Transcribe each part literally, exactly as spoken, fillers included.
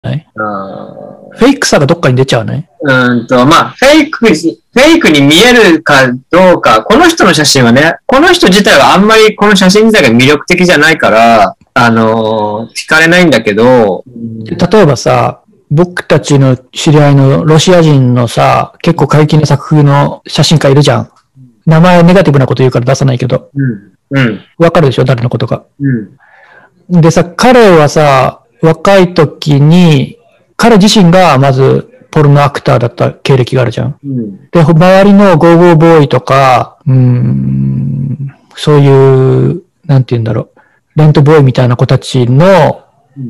ないあフェイクさがどっかに出ちゃうね。 うんと、まあ、フェイク、フェイクに見えるかどうか、この人の写真はね、この人自体はあんまりこの写真自体が魅力的じゃないから、あのー、惹かれないんだけど、 例えばさ、僕たちの知り合いのロシア人のさ、結構過激な作風の写真家いるじゃん。名前ネガティブなこと言うから出さないけど。 うん。うん。 わかるでしょ誰のことか。 うん。 でさ、彼はさ、若い時に、彼自身がまずポルノアクターだった経歴があるじゃん。 うん、 で、周りのゴーゴーボーイとか、うーん、そういう、なんて言うんだろう、レントボーイみたいな子たちの、うん、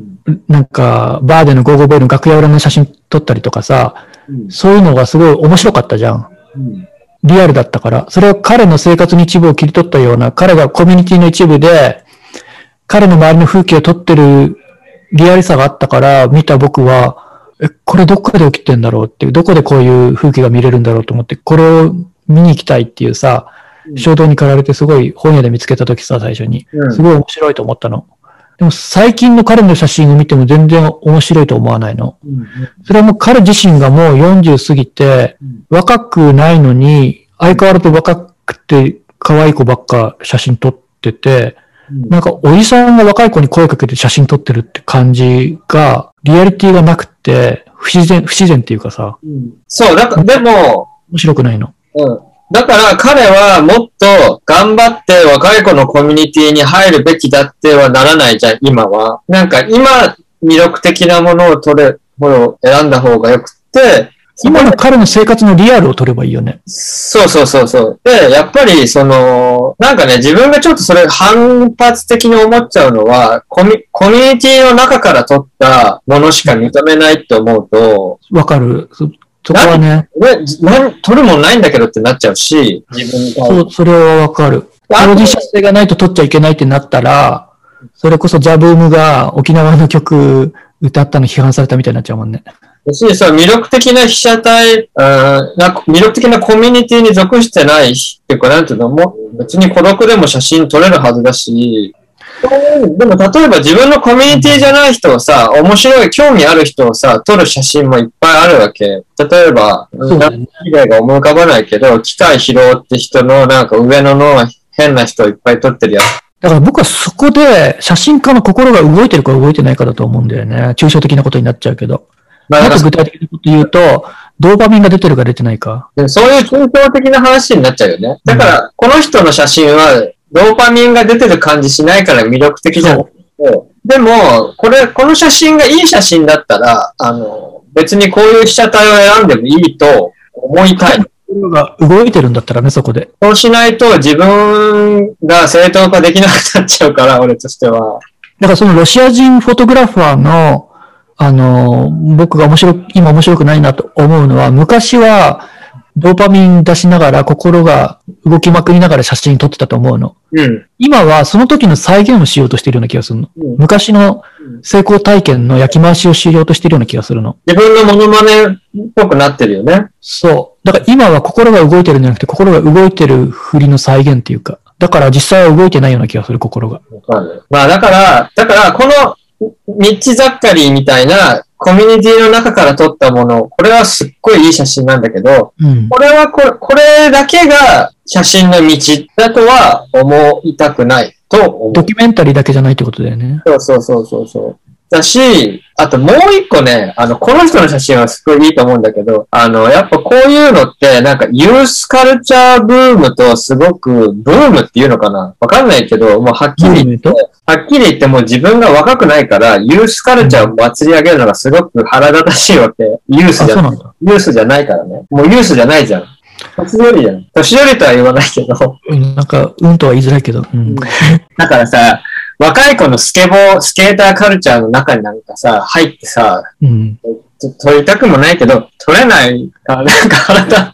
なんか、バーでのゴーゴーボーイの楽屋裏の写真撮ったりとかさ、うん、そういうのがすごい面白かったじゃん。うん、リアルだったから。それを彼の生活の一部を切り取ったような、彼がコミュニティの一部で、彼の周りの風景を撮ってるリアルさがあったから、見た僕は、え、これどこで起きてんだろうっていう、どこでこういう風景が見れるんだろうと思って、これを見に行きたいっていうさ、衝動に駆られてすごい本屋で見つけたときさ、最初に。すごい面白いと思ったの。でも最近の彼の写真を見ても全然面白いと思わないの。それはもう彼自身がもうよんじゅう過ぎて、若くないのに、相変わらず若くて可愛い子ばっか写真撮ってて、なんかおじさんが若い子に声かけて写真撮ってるって感じが、リアリティがなくて、不自然、不自然っていうかさ。 うん、そう、だから、でも、 面白くないの。 うん。だから彼はもっと頑張って若い子のコミュニティに入るべきだってはならないじゃん、今は。なんか今、魅力的なものを取れ、ものを選んだ方がよくて、 今の彼の生活のリアルを取ればいいよね。 そうそうそうそう。で、やっぱり、その、なんかね、自分がちょっとそれ反発的に思っちゃうのは、コミ、コミュニティの中から取ったものしか認めないって思うと、 わかる。そ、そこはね。 な、取るもんないんだけどってなっちゃうし、自分に。 そう、それはわかる。当事者性がないと取っちゃいけないってなったら、それこそザ・ブームが沖縄の曲歌ったの批判されたみたいになっちゃうもんね。 し、そう、魅力的な被写体、あな魅力的なコミュニティに属してないっていうか、なんていうのも、別に孤独でも写真撮れるはずだし、でも例えば自分のコミュニティじゃない人をさ、面白い、興味ある人をさ、撮る写真もいっぱいあるわけ。例えば、何例が思い浮かばないけど、機械拾うって人のなんか上野の変な人をいっぱい撮ってるやつ。 だから僕はそこで写真家の心が動いてるか動いてないかだと思うんだよね。抽象的なことになっちゃうけど。もっと具体的なこと言うと、ドーパミンが出てるか出てないか。 そういう抽象的な話になっちゃうよね。だから、この人の写真は、ドーパミンが出てる感じしないから魅力的じゃん。でも、これ、この写真がいい写真だったら、あの、別にこういう被写体を選んでもいいと思いたい。 が動いてるんだったらね、そこで。 そうしないと自分が正当化できなくなっちゃうから、俺としては。 だからそのロシア人フォトグラファーの、あの、僕が面白く、今面白くないなと思うのは、昔はドーパミン出しながら心が動きまくりながら写真撮ってたと思うの。 うん、今はその時の再現をしようとしているような気がするの。うん、昔の成功体験の焼き回しをしようとしているような気がするの。 自分のモノマネっぽくなってるよね。 そう。だから今は心が動いてるんじゃなくて、心が動いてる振りの再現っていうか、だから実際は動いてないような気がする、心が。 まあだから、だからこのミッチ・ザッカリーみたいなコミュニティの中から撮ったもの、これはすっごいいい写真なんだけど、うん、これはこれ、これだけが写真の道だとは思いたくないと思う。 ドキュメンタリーだけじゃないってことだよね。 そうそうそうそうそう。だし、あともう一個ね、あの、この人の写真はすごいいいと思うんだけど、あの、やっぱこういうのって、なんかユースカルチャーブームとすごく、ブームっていうのかなわかんないけど、もうはっきり言って、はっきり言ってもう自分が若くないから、ユースカルチャーを祭り上げるのがすごく腹立たしいわけ。ユースじゃない。ユースじゃないからね。もうユースじゃないじゃん。年寄りじゃん。年寄りとは言わないけど。 うん、なんか、うんとは言いづらいけど。うん、 だからさ、若い子のスケボー、スケーターカルチャーの中になんかさ、入ってさ、うん、撮りたくもないけど、撮れないから、なんか腹立って、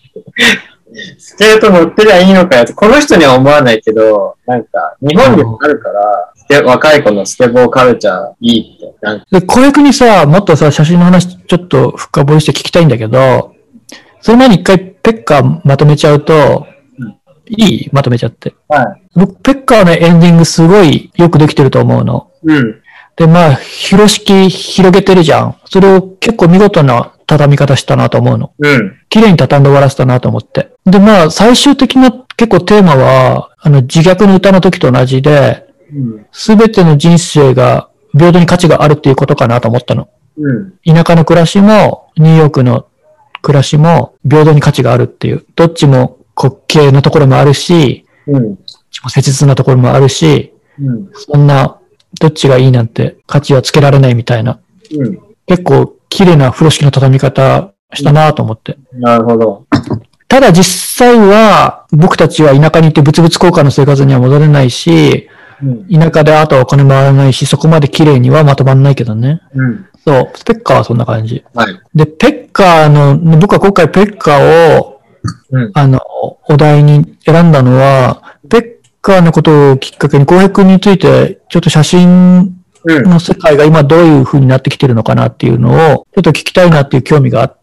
スケート乗ってりゃいいのかよって、この人には思わないけど、なんか、日本でもあるから、若い子のスケボーカルチャーいいって。なんかで、小役にさ、もっとさ、写真の話ちょっと深掘りして聞きたいんだけど、その前に一回ペッカーまとめちゃうと、いいまとめちゃって。 はい。 僕、ペッカーのエンディングすごいよくできてると思うの。 うん。 で、まあ、広敷広げてるじゃん。それを結構見事な畳み方したなと思うの。 うん。 綺麗に畳んで終わらせたなと思って。で、まあ、最終的な結構テーマは、あの、自虐の歌の時と同じで、すべ、うん、ての人生が平等に価値があるっていうことかなと思ったの。うん、田舎の暮らしも、ニューヨークの暮らしも平等に価値があるっていう。どっちも滑稽なところもあるし、うん、どっちも切実なところもあるし、うん、そんな、どっちがいいなんて価値はつけられないみたいな。うん、結構綺麗な風呂敷の畳み方したなと思って、 うん。なるほど。 ただ実際は僕たちは田舎に行って物々交換の生活には戻れないし、うん、田舎であとはお金回らないし、そこまで綺麗にはまとまらないけどね。うん、そう、ペッカーはそんな感じ。はい、で、ペッカーの、僕は今回ペッカーを、うん、あの、お題に選んだのは、ペッカーのことをきっかけに、浩平君について、ちょっと写真の世界が今どういう風になってきてるのかなっていうのを、ちょっと聞きたいなっていう興味があって、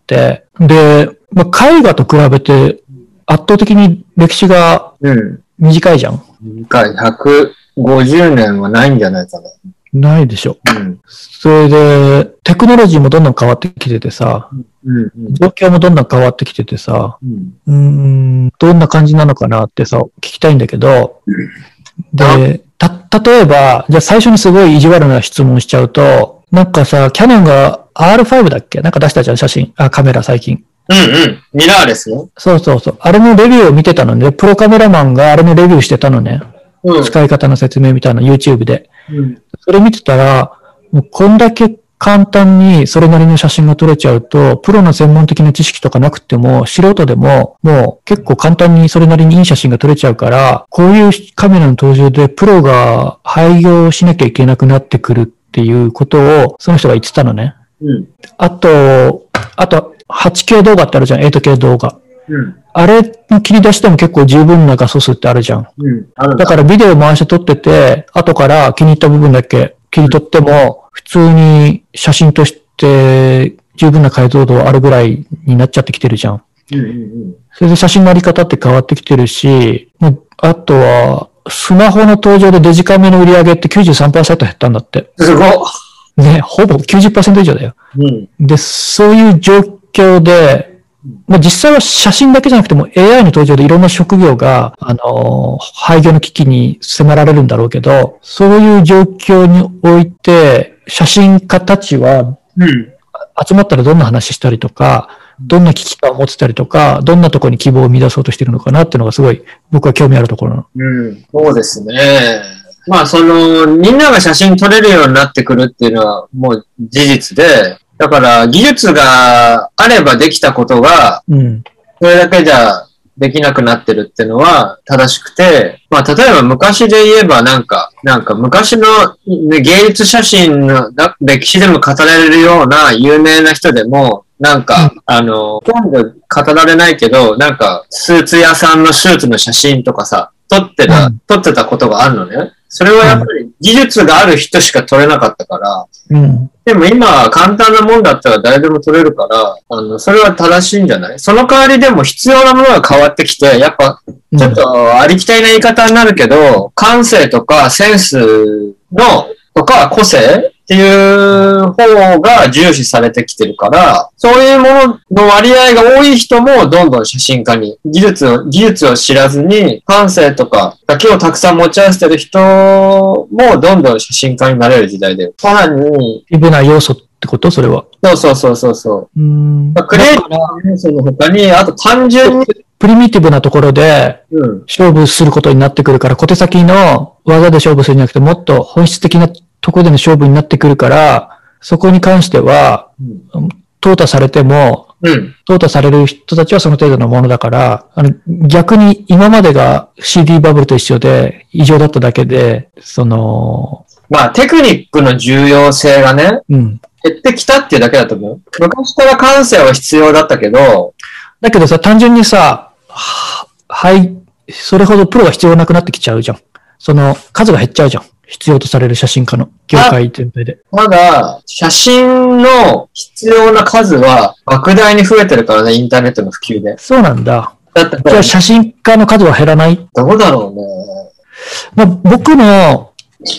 で、まあ、絵画と比べて圧倒的に歴史が短いじゃん。うん、 短い。ひゃくごじゅうねんはないんじゃないかな。 ないでしょ。うん、それで、テクノロジーもどんどん変わってきててさ、うんうん、状況もどんどん変わってきててさ、うん、うーん、どんな感じなのかなってさ、聞きたいんだけど、で、た、例えば、じゃあ最初にすごい意地悪な質問しちゃうと、なんかさ、キャノンが アールファイブ だっけなんか出したじゃん、写真。あ、カメラ最近。 うんうん。ミラーレスね。 そうそうそう。あれのレビューを見てたのね。プロカメラマンがあれのレビューしてたのね。うん、使い方の説明みたいな YouTube で。うん、それ見てたら、もうこんだけ簡単にそれなりの写真が撮れちゃうと、プロの専門的な知識とかなくても、素人でももう結構簡単にそれなりにいい写真が撮れちゃうから、こういうカメラの登場でプロが廃業しなきゃいけなくなってくるっていうことを、その人が言ってたのね。うん、あと、あと、はちケー 動画ってあるじゃん、エイトケー 動画。うん、あれの切り出しでも結構十分な画素数ってあるじゃん。うん、あるだからビデオ回して撮ってて、後から気に入った部分だけ切り取っても、普通に写真として十分な解像度あるぐらいになっちゃってきてるじゃん。うんうんうん、それで写真のあり方って変わってきてるし、あとは、スマホの登場でデジカメの売り上げって きゅうじゅうさんパーセント 減ったんだって。 すごっ。 ね、ほぼ きゅうじゅっパーセント 以上だよ。うん、で、そういう状況で、まあ、実際は写真だけじゃなくても エーアイ の登場でいろんな職業が、あのー、廃業の危機に迫られるんだろうけど、そういう状況において、写真家たちは、集まったらどんな話したりとか、どんな危機感を持ってたりとか、どんなところに希望を見出そうとしているのかなっていうのがすごい僕は興味あるところなの。 うん、そうですね。まあ、その、みんなが写真撮れるようになってくるっていうのはもう事実で、だから技術があればできたことが、それだけじゃできなくなってるっていうのは正しくて、まあ例えば昔で言えばなんか、なんか昔の、ね、芸術写真の歴史でも語られるような有名な人でも、なんか、うん、あの、ほとんど語られないけど、なんかスーツ屋さんのスーツの写真とかさ、撮ってた、うん、撮ってたことがあるのね。それはやっぱり技術がある人しか撮れなかったから、うん、でも今簡単なもんだったら誰でも撮れるから、あの、それは正しいんじゃない？その代わりでも必要なものが変わってきて、やっぱ、ちょっとありきたりな言い方になるけど、感性とかセンスの、とか個性っていう方が重視されてきてるから、そういうものの割合が多い人もどんどん写真家に、技術を、技術を知らずに感性とかだけをたくさん持ち合わせてる人もどんどん写真家になれる時代で。さらに、 イブな要素ってことそれは。 そうそうそうそうそう。うーんクリエイティブな要素の他に、あと単純に、 プリミティブなところで勝負することになってくるから、小手先の技で勝負するんじゃなくて、もっと本質的なところでの勝負になってくるから、そこに関しては、うん、淘汰されても、うん、淘汰される人たちはその程度のものだから、あの逆に今までが シーディー バブルと一緒で異常だっただけで、その、 まあテクニックの重要性がね、うん、減ってきたっていうだけだと思う。昔から感性は必要だったけど、 だけどさ、単純にさ、はい、それほどプロが必要なくなってきちゃうじゃん。その数が減っちゃうじゃん。必要とされる写真家の業界全体で。 ただ、写真の必要な数は莫大に増えてるからね、インターネットの普及で。 そうなんだ。だってじゃあ写真家の数は減らない？ どうだろうね。 まあ、僕の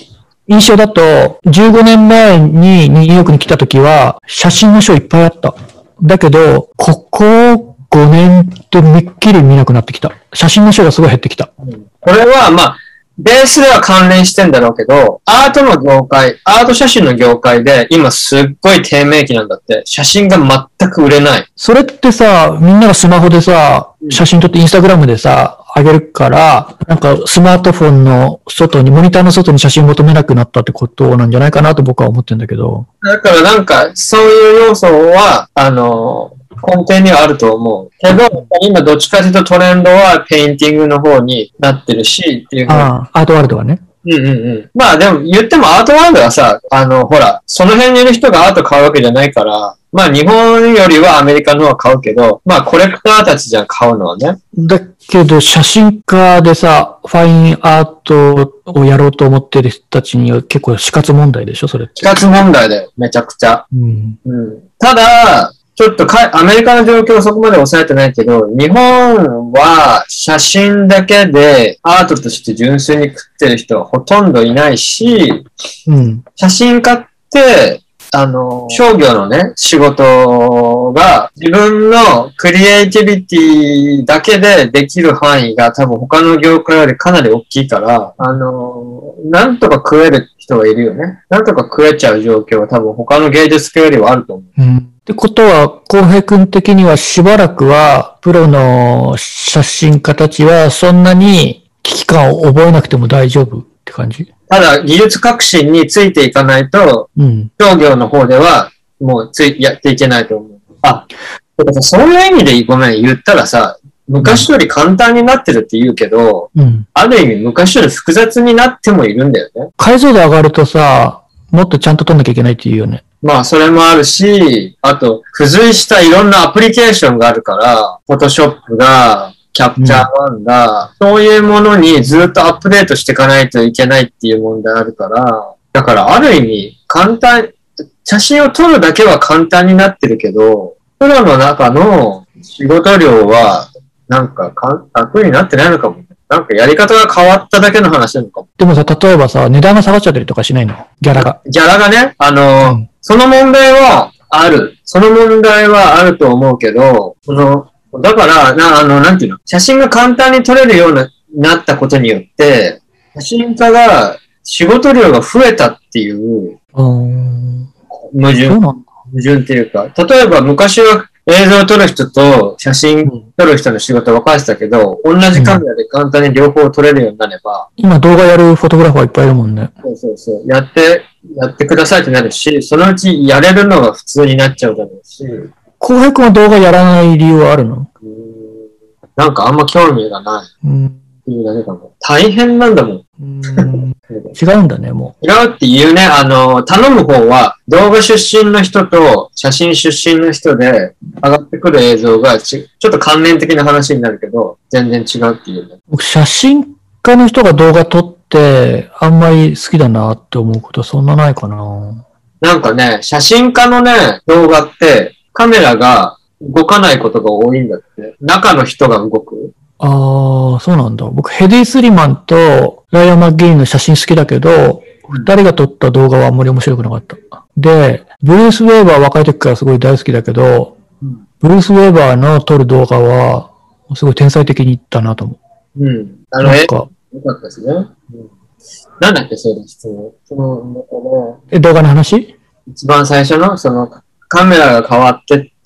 印象だと、じゅうごねんまえにニューヨークに来た時は、写真のショーいっぱいあった。だけど、ここごねんってめっきり見なくなってきた。写真のショーがすごい減ってきた。 うん、これは、まあ、ベースでは関連してんだろうけど、アートの業界、アート写真の業界で今すっごい低迷期なんだって、写真が全く売れない。 それってさ、みんながスマホでさ、写真撮ってインスタグラムでさ、上げるから、なんかスマートフォンの外に、モニターの外に写真求めなくなったってことなんじゃないかなと僕は思ってるんだけど。 だからなんか、そういう要素は、あの、根底にはあると思う。けど、今どっちかというとトレンドはペインティングの方になってるし、っていうああ、アートワールドはね。 うんうんうん。まあでも言ってもアートワールドはさ、あの、ほら、その辺にいる人がアート買うわけじゃないから、まあ日本よりはアメリカの方は買うけど、まあコレクターたちじゃん、買うのはね。 だけど写真家でさ、ファインアートをやろうと思ってる人たちには結構死活問題でしょ、それって。 死活問題だよ、めちゃくちゃ。 うん。 うん。ただ、ちょっとかアメリカの状況をそこまで抑えてないけど、日本は写真だけでアートとして純粋に食ってる人はほとんどいないし、うん、写真家って、あの、商業のね、仕事が自分のクリエイティビティだけでできる範囲が多分他の業界よりかなり大きいから、あの、なんとか食える人がいるよね。なんとか食えちゃう状況は多分他の芸術系よりはあると思う。うんってことは、浩平君的にはしばらくは、プロの写真家たちはそんなに危機感を覚えなくても大丈夫って感じ？ ただ、技術革新についていかないと、うん、商業の方ではもうついやっていけないと思う。あ、そういう意味でごめん、言ったらさ、昔より簡単になってるって言うけど、うん、ある意味昔より複雑になってもいるんだよね。 解像度上がるとさ、もっとちゃんと撮んなきゃいけないって言うよね。 まあ、それもあるし、あと、付随したいろんなアプリケーションがあるから、フォトショップが、キャプチャーワンが、うん、そういうものにずっとアップデートしていかないといけないっていう問題あるから、だからある意味、簡単、写真を撮るだけは簡単になってるけど、プロの中の仕事量は、なんか楽になってないのかも。なんかやり方が変わっただけの話なのかも。 でもさ、例えばさ、値段が下がっちゃったりとかしないの？ギャラが。 ギャラがね、あの、うん、その問題はある。その問題はあると思うけど、その、だから、な、あの、なんていうの、写真が簡単に撮れるようになったことによって、写真家が仕事量が増えたっていう、矛盾。矛盾っていうか、例えば昔は映像を撮る人と写真撮る人の仕事分かれてたけど、同じカメラで簡単に両方撮れるようになれば。 今動画やるフォトグラファーいっぱいいるもんね。 そうそうそう。やって、やってくださいってなるし、そのうちやれるのが普通になっちゃうだろうし。 浩平君は動画やらない理由はあるの？うーん、 なんかあんま興味がない。うんっていうだけかも。大変なんだもん。 うん違うんだね、もう。違うっていうね、あの、頼む方は動画出身の人と写真出身の人で上がってくる映像がち、ちょっと関連的な話になるけど、全然違うっていうね。 僕、写真家の人が動画撮って、あんまり好きだなって思うことそんなないかな。 なんかね、写真家のね、動画ってカメラが動かないことが多いんだって。中の人が動く。 ああ、そうなんだ。僕、ヘディ・スリマンとライアン・マッゲインの写真好きだけど、二、うん、人が撮った動画はあんまり面白くなかった。で、ブルース・ウェーバー若い時からすごい大好きだけど、うん、ブルース・ウェーバーの撮る動画は、すごい天才的にいったなと思う。うん。あの、なんか、よかったですね。うん、なんだっけ、そうだ、質問。その、 え、動画の話？ 一番最初の、その、カメラが変わってって、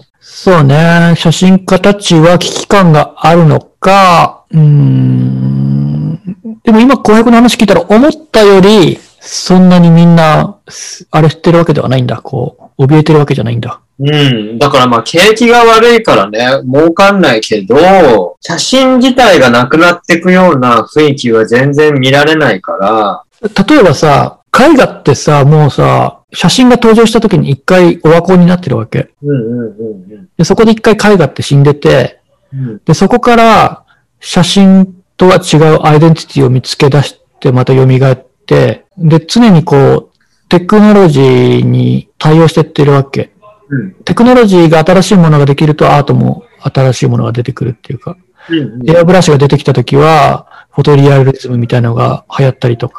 そうね。写真家たちは危機感があるのか、うーん。でも今、浩平君の話聞いたら、思ったより、そんなにみんな、あれしてるわけではないんだ。こう、怯えてるわけじゃないんだ。 うん。だからまあ、景気が悪いからね、儲かんないけど、写真自体がなくなっていくような雰囲気は全然見られないから。 例えばさ、絵画ってさ、もうさ、写真が登場した時に一回オワコンになってるわけ。うんうんうんうん、でそこで一回絵画って死んでて、うん、で、そこから写真とは違うアイデンティティを見つけ出してまた蘇って、で、常にこう、テクノロジーに対応してってるわけ。うん、テクノロジーが新しいものができるとアートも新しいものが出てくるっていうか、うんうん、エアブラシが出てきた時は、フォトリアリズムみたいなのが流行ったりとか、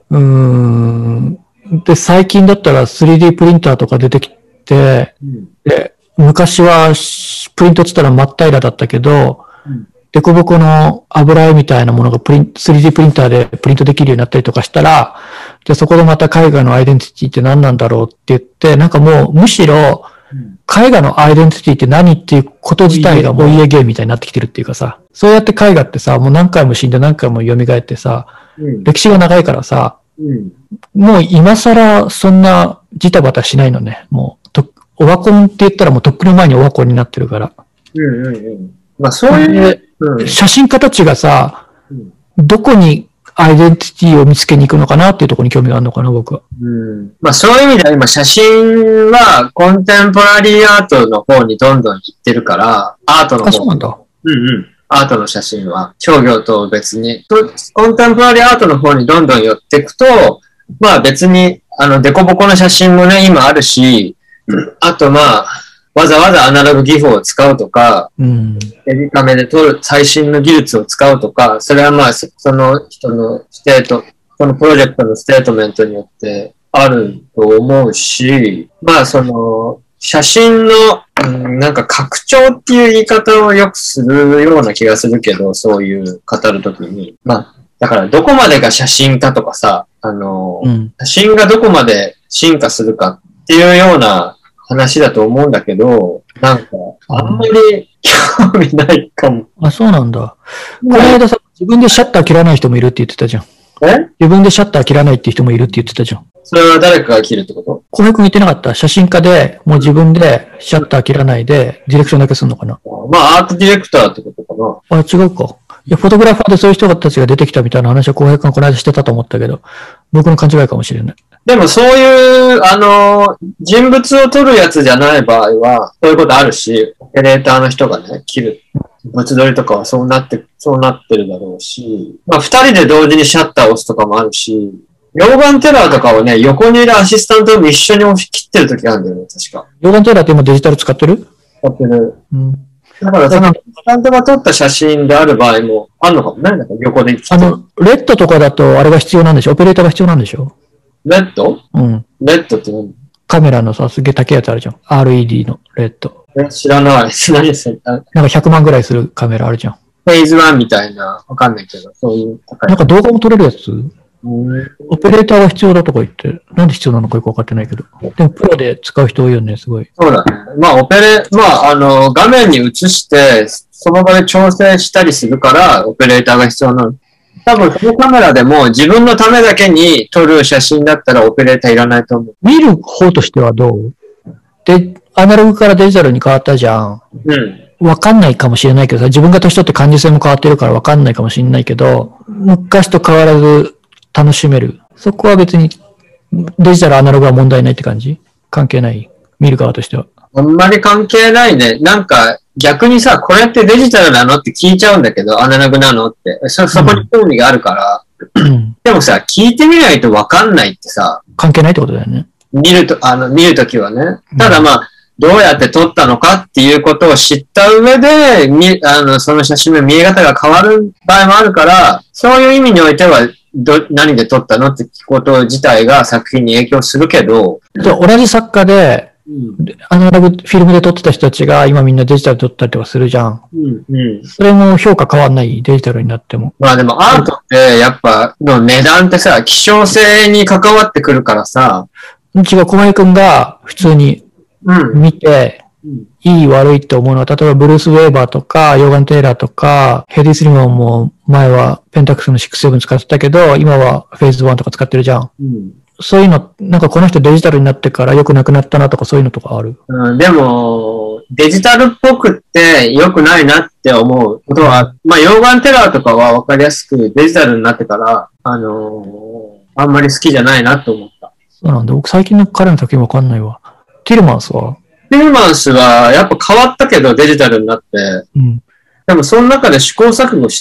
うーん。で、最近だったら スリーディー プリンターとか出てきて、うん、で、昔はプリントって言ったら真っ平らだったけど、うん、デコボコの油絵みたいなものがプリン、スリーディー プリンターでプリントできるようになったりとかしたら、じゃあそこでまた絵画のアイデンティティって何なんだろうって言って、なんかもうむしろ、絵画のアイデンティティって何っていうこと自体がもうお家芸みたいになってきてるっていうかさ、そうやって絵画ってさ、もう何回も死んで何回も蘇ってさ、うん、歴史が長いからさ、うん、もう今更そんなジタバタしないのね。もうと、オワコンって言ったらもうとっくの前にオワコンになってるから。うんうんうん。まあそういう、うん、写真家たちがさ、うん、どこにアイデンティティを見つけに行くのかなっていうところに興味があるのかな、僕は。うん。まあそういう意味では今写真はコンテンポラリーアートの方にどんどん行ってるから、アートの方。あ、そうなんだ。うんうん。アートの写真は、商業と別に、コンテンポラリーアートの方にどんどん寄っていくと、まあ別に、あの、デコボコの写真もね、今あるし、あとまあ、わざわざアナログ技法を使うとか、うん、エビカメで撮る最新の技術を使うとか、それはまあ、その人のステート、このプロジェクトのステートメントによってあると思うし、まあその、写真の、うん、なんか拡張っていう言い方をよくするような気がするけど、そういう語るときに。まあ、だからどこまでが写真かとかさ、あの、うん、写真がどこまで進化するかっていうような話だと思うんだけど、なんか、あんまり興味ないかも。あ、そうなんだ。この間さ、自分でシャッター切らない人もいるって言ってたじゃん。え？自分でシャッター切らないっていう人もいるって言ってたじゃん。それは誰かが切るってこと？小平君言ってなかった？写真家で、もう自分でシャッター切らないで、ディレクションだけするのかな？まあ、アートディレクターってことかな。あ、違うか。いや、フォトグラファーでそういう人たちが出てきたみたいな話は小平君この間してたと思ったけど、僕の勘違いかもしれない。でもそういう、あの、人物を撮るやつじゃない場合は、そういうことあるし、オペレーターの人がね、切る。物撮りとかはそうなって、そうなってるだろうし、まあ二人で同時にシャッターを押すとかもあるし、溶岩テラーとかをね、横にいるアシスタントも一緒に切ってる時あるんだよね、確か。溶岩テラーって今デジタル使ってる？使ってる。うん。だからその、アシスタントが撮った写真である場合もあるのかもね、なんか横で。あの、レッドとかだとあれが必要なんでしょ？オペレーターが必要なんでしょ？レッド？うん。レッドって何？カメラのさ、すげえ高いやつあるじゃん。アールイーディー のレッド。え、知らない。何それ？なんかひゃくまんぐらいするカメラあるじゃん。フェーズワンみたいな、わかんないけど、そういう高い。なんか動画も撮れるやつ？オペレーターが必要だとか言って、なんで必要なのかよくわかってないけど。でもプロで使う人多いよね、すごい。そうだね。まあオペレ、まああの、画面に映して、その場で調整したりするから、オペレーターが必要なの。多分このカメラでも自分のためだけに撮る写真だったらオペレーターいらないと思う。見る方としてはどう？で、アナログからデジタルに変わったじゃん。うん。わかんないかもしれないけどさ、自分が年取って感受性も変わってるからわかんないかもしれないけど、昔と変わらず楽しめる。そこは別にデジタルアナログは問題ないって感じ？関係ない？見る側としては。あんまり関係ないね。なんか逆にさ、これってデジタルなのって聞いちゃうんだけど、アナログなのって。そ、そこに興味があるから。うん、でもさ、聞いてみないとわかんないってさ。関係ないってことだよね。見ると、あの、見るときはね。ただまあ、どうやって撮ったのかっていうことを知った上で、み、あの、その写真の見え方が変わる場合もあるから、そういう意味においては、ど、何で撮ったのって聞くこと自体が作品に影響するけど。同じ作家で、うん、アナログフィルムで撮ってた人たちが今みんなデジタルで撮ったりとかするじゃん。うんうん、それも評価変わんない、デジタルになっても。まあでもアートってやっぱの値段ってさ、希少性に関わってくるからさ。うちが小林くんが普通に見て、うん、いい悪いって思うのは、例えばブルース・ウェーバーとか、ヨーガン・テイラーとか、ヘディ・スリマンも前はペンタックスのろくじゅうなな使ってたけど、今はフェーズワンとか使ってるじゃん。うんそういうの、なんかこの人デジタルになってから良くなくなったなとかそういうのとかある？うん、でも、デジタルっぽくって良くないなって思うことは、まあ、ヨーガンテラーとかは分かりやすくデジタルになってから、あのー、あんまり好きじゃないなと思った。そうなんだ。僕最近の彼の作品分かんないわ。ティルマンスは？ティルマンスはやっぱ変わったけどデジタルになって、うん、でもその中で試行錯誤して、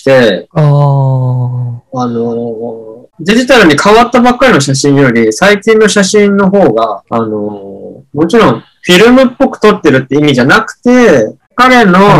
あー、あのー、デジタルに変わったばっかりの写真より、最近の写真の方が、あのー、もちろんフィルムっぽく撮ってるって意味じゃなくて、彼の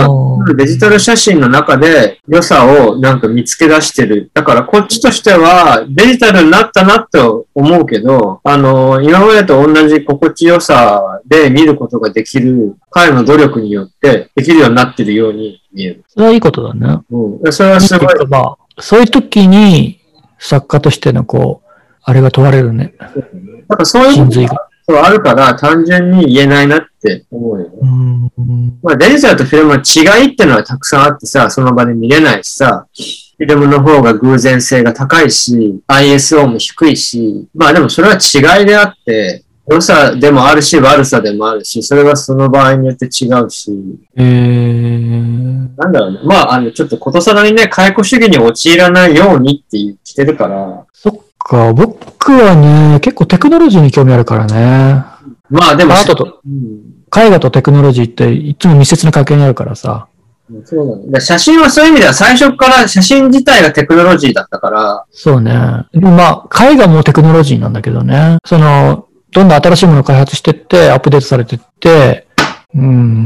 デジタル写真の中で良さをなんか見つけ出してる。だからこっちとしてはデジタルになったなと思うけど、あの、今までと同じ心地よさで見ることができる彼の努力によってできるようになってるように見える。 それはいいことだね。 うん。それはすごい。 まあ、そういう時に作家としてのこう、あれが問われるね。 だからそういうことがそうあるから単純に言えないなって思うよね。うんまあ、デジタルとフィルムの違いっていうのはたくさんあってさ、その場で見れないしさ、フィルムの方が偶然性が高いし、アイエスオー も低いし、まあでもそれは違いであって、良さでもあるし、悪さでもあるし、それはその場合によって違うし。 えー、 なんだろうね。まあ、あの、ちょっとことさらにね、解雇主義に陥らないようにって言ってるから。 そっか、僕はね、結構テクノロジーに興味あるからね。 まあでも、 アートと、うん、絵画とテクノロジーっていつも密接な関係にあるからさ。 そうなんだ。写真はそういう意味では最初から写真自体がテクノロジーだったから。 そうね。まあ、絵画もテクノロジーなんだけどね。その、どんどん新しいものを開発してって、アップデートされてって、うー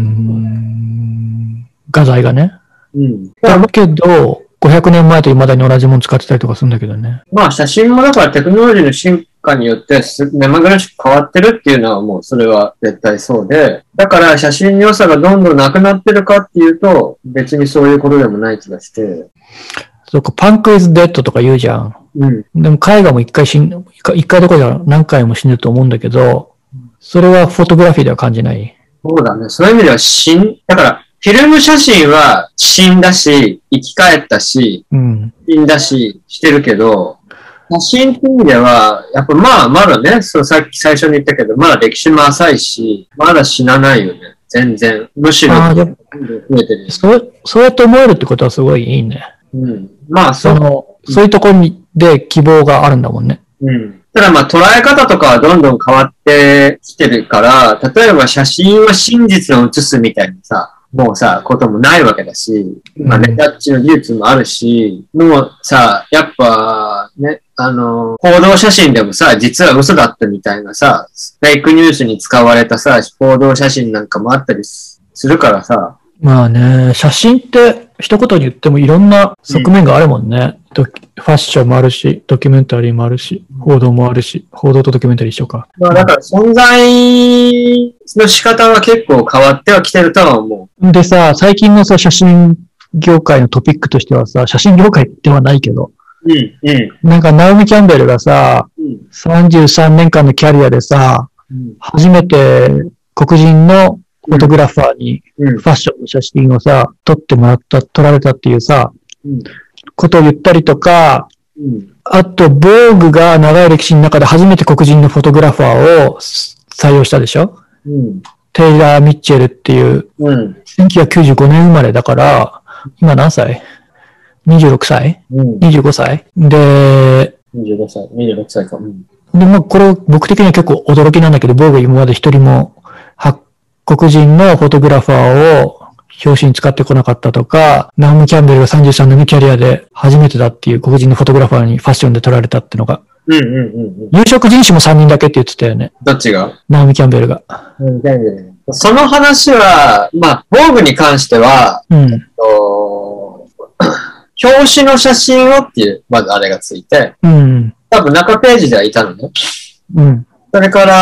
ん、画材がね。 うん。 だけど、ごひゃくねんまえと未だに同じもの使ってたりとかするんだけどね。 まあ写真もだからテクノロジーの進化によって目まぐるしく変わってるっていうのはもうそれは絶対そうで、だから写真の良さがどんどんなくなってるかっていうと別にそういうことでもない気がして。 そうか、パンクイズデッドとか言うじゃん。 うん。 でも絵画も一回死ん、一回どころじゃ何回も死ぬと思うんだけど、それはフォトグラフィーでは感じない。 そうだね。そういう意味では死ん、だからフィルム写真は死んだし、生き返ったし、 うん、 死んだし、してるけど、写真っていう意味では、やっぱまあまだね、そうさっき最初に言ったけど、まだ歴史も浅いし、まだ死なないよね。全然。むしろ増えてる。 そう、そうやって思えるってことはすごいいいね。 うん。まあその、そういうところで希望があるんだもんね。 うん。ただまあ捉え方とかはどんどん変わってきてるから、例えば写真は真実を写すみたいなさ、もうさ、こともないわけだし、まあレタッチの技術もあるし、もうさ、やっぱね、あの、報道写真でもさ、実は嘘だったみたいなさ、フェイクニュースに使われたさ、報道写真なんかもあったりするからさ。 まあね、写真って一言に言ってもいろんな側面があるもんね。うん、ファッションもあるし、ドキュメンタリーもあるし、報道もあるし、報道とドキュメンタリー一緒か。 まあだから存在の仕方は結構変わってはきてるとは思う。でさ、最近のさ、写真業界のトピックとしてはさ、写真業界ではないけど、 うんうん、 なんかナオミ・キャンベルがさ、うん、さんじゅうさんねんかんのキャリアでさ、うん、初めて黒人のフォトグラファーにファッションの写真をさ、撮ってもらった、撮られたっていうさ、うん、ことを言ったりとか、うん、あと、ボーグが長い歴史の中で初めて黒人のフォトグラファーを採用したでしょ、うん、テイラー・ミッチェルっていう、うん、せんきゅうひゃくきゅうじゅうごねん生まれだから、今何歳 ?にじゅうろくさい、うん、にじゅうごさいで、 にじゅうごさい、にじゅうろくさいか。うん、 で、まあ、これ僕的には結構驚きなんだけど、ボーグ今まで一人も、黒人のフォトグラファーを表紙に使ってこなかったとか、ナオミ・キャンベルがさんじゅうさんねんのキャリアで初めてだっていう黒人のフォトグラファーにファッションで撮られたっていうのが。 うんうんうんうん。 有色人種もさんにんだけって言ってたよね。 どっちがナオミ・キャンベルが。 うん、その話は、まあ、ボーグに関しては、うん、と表紙の写真をっていう、まずあれがついて、うん、多分中ページではいたのね。うん。それから、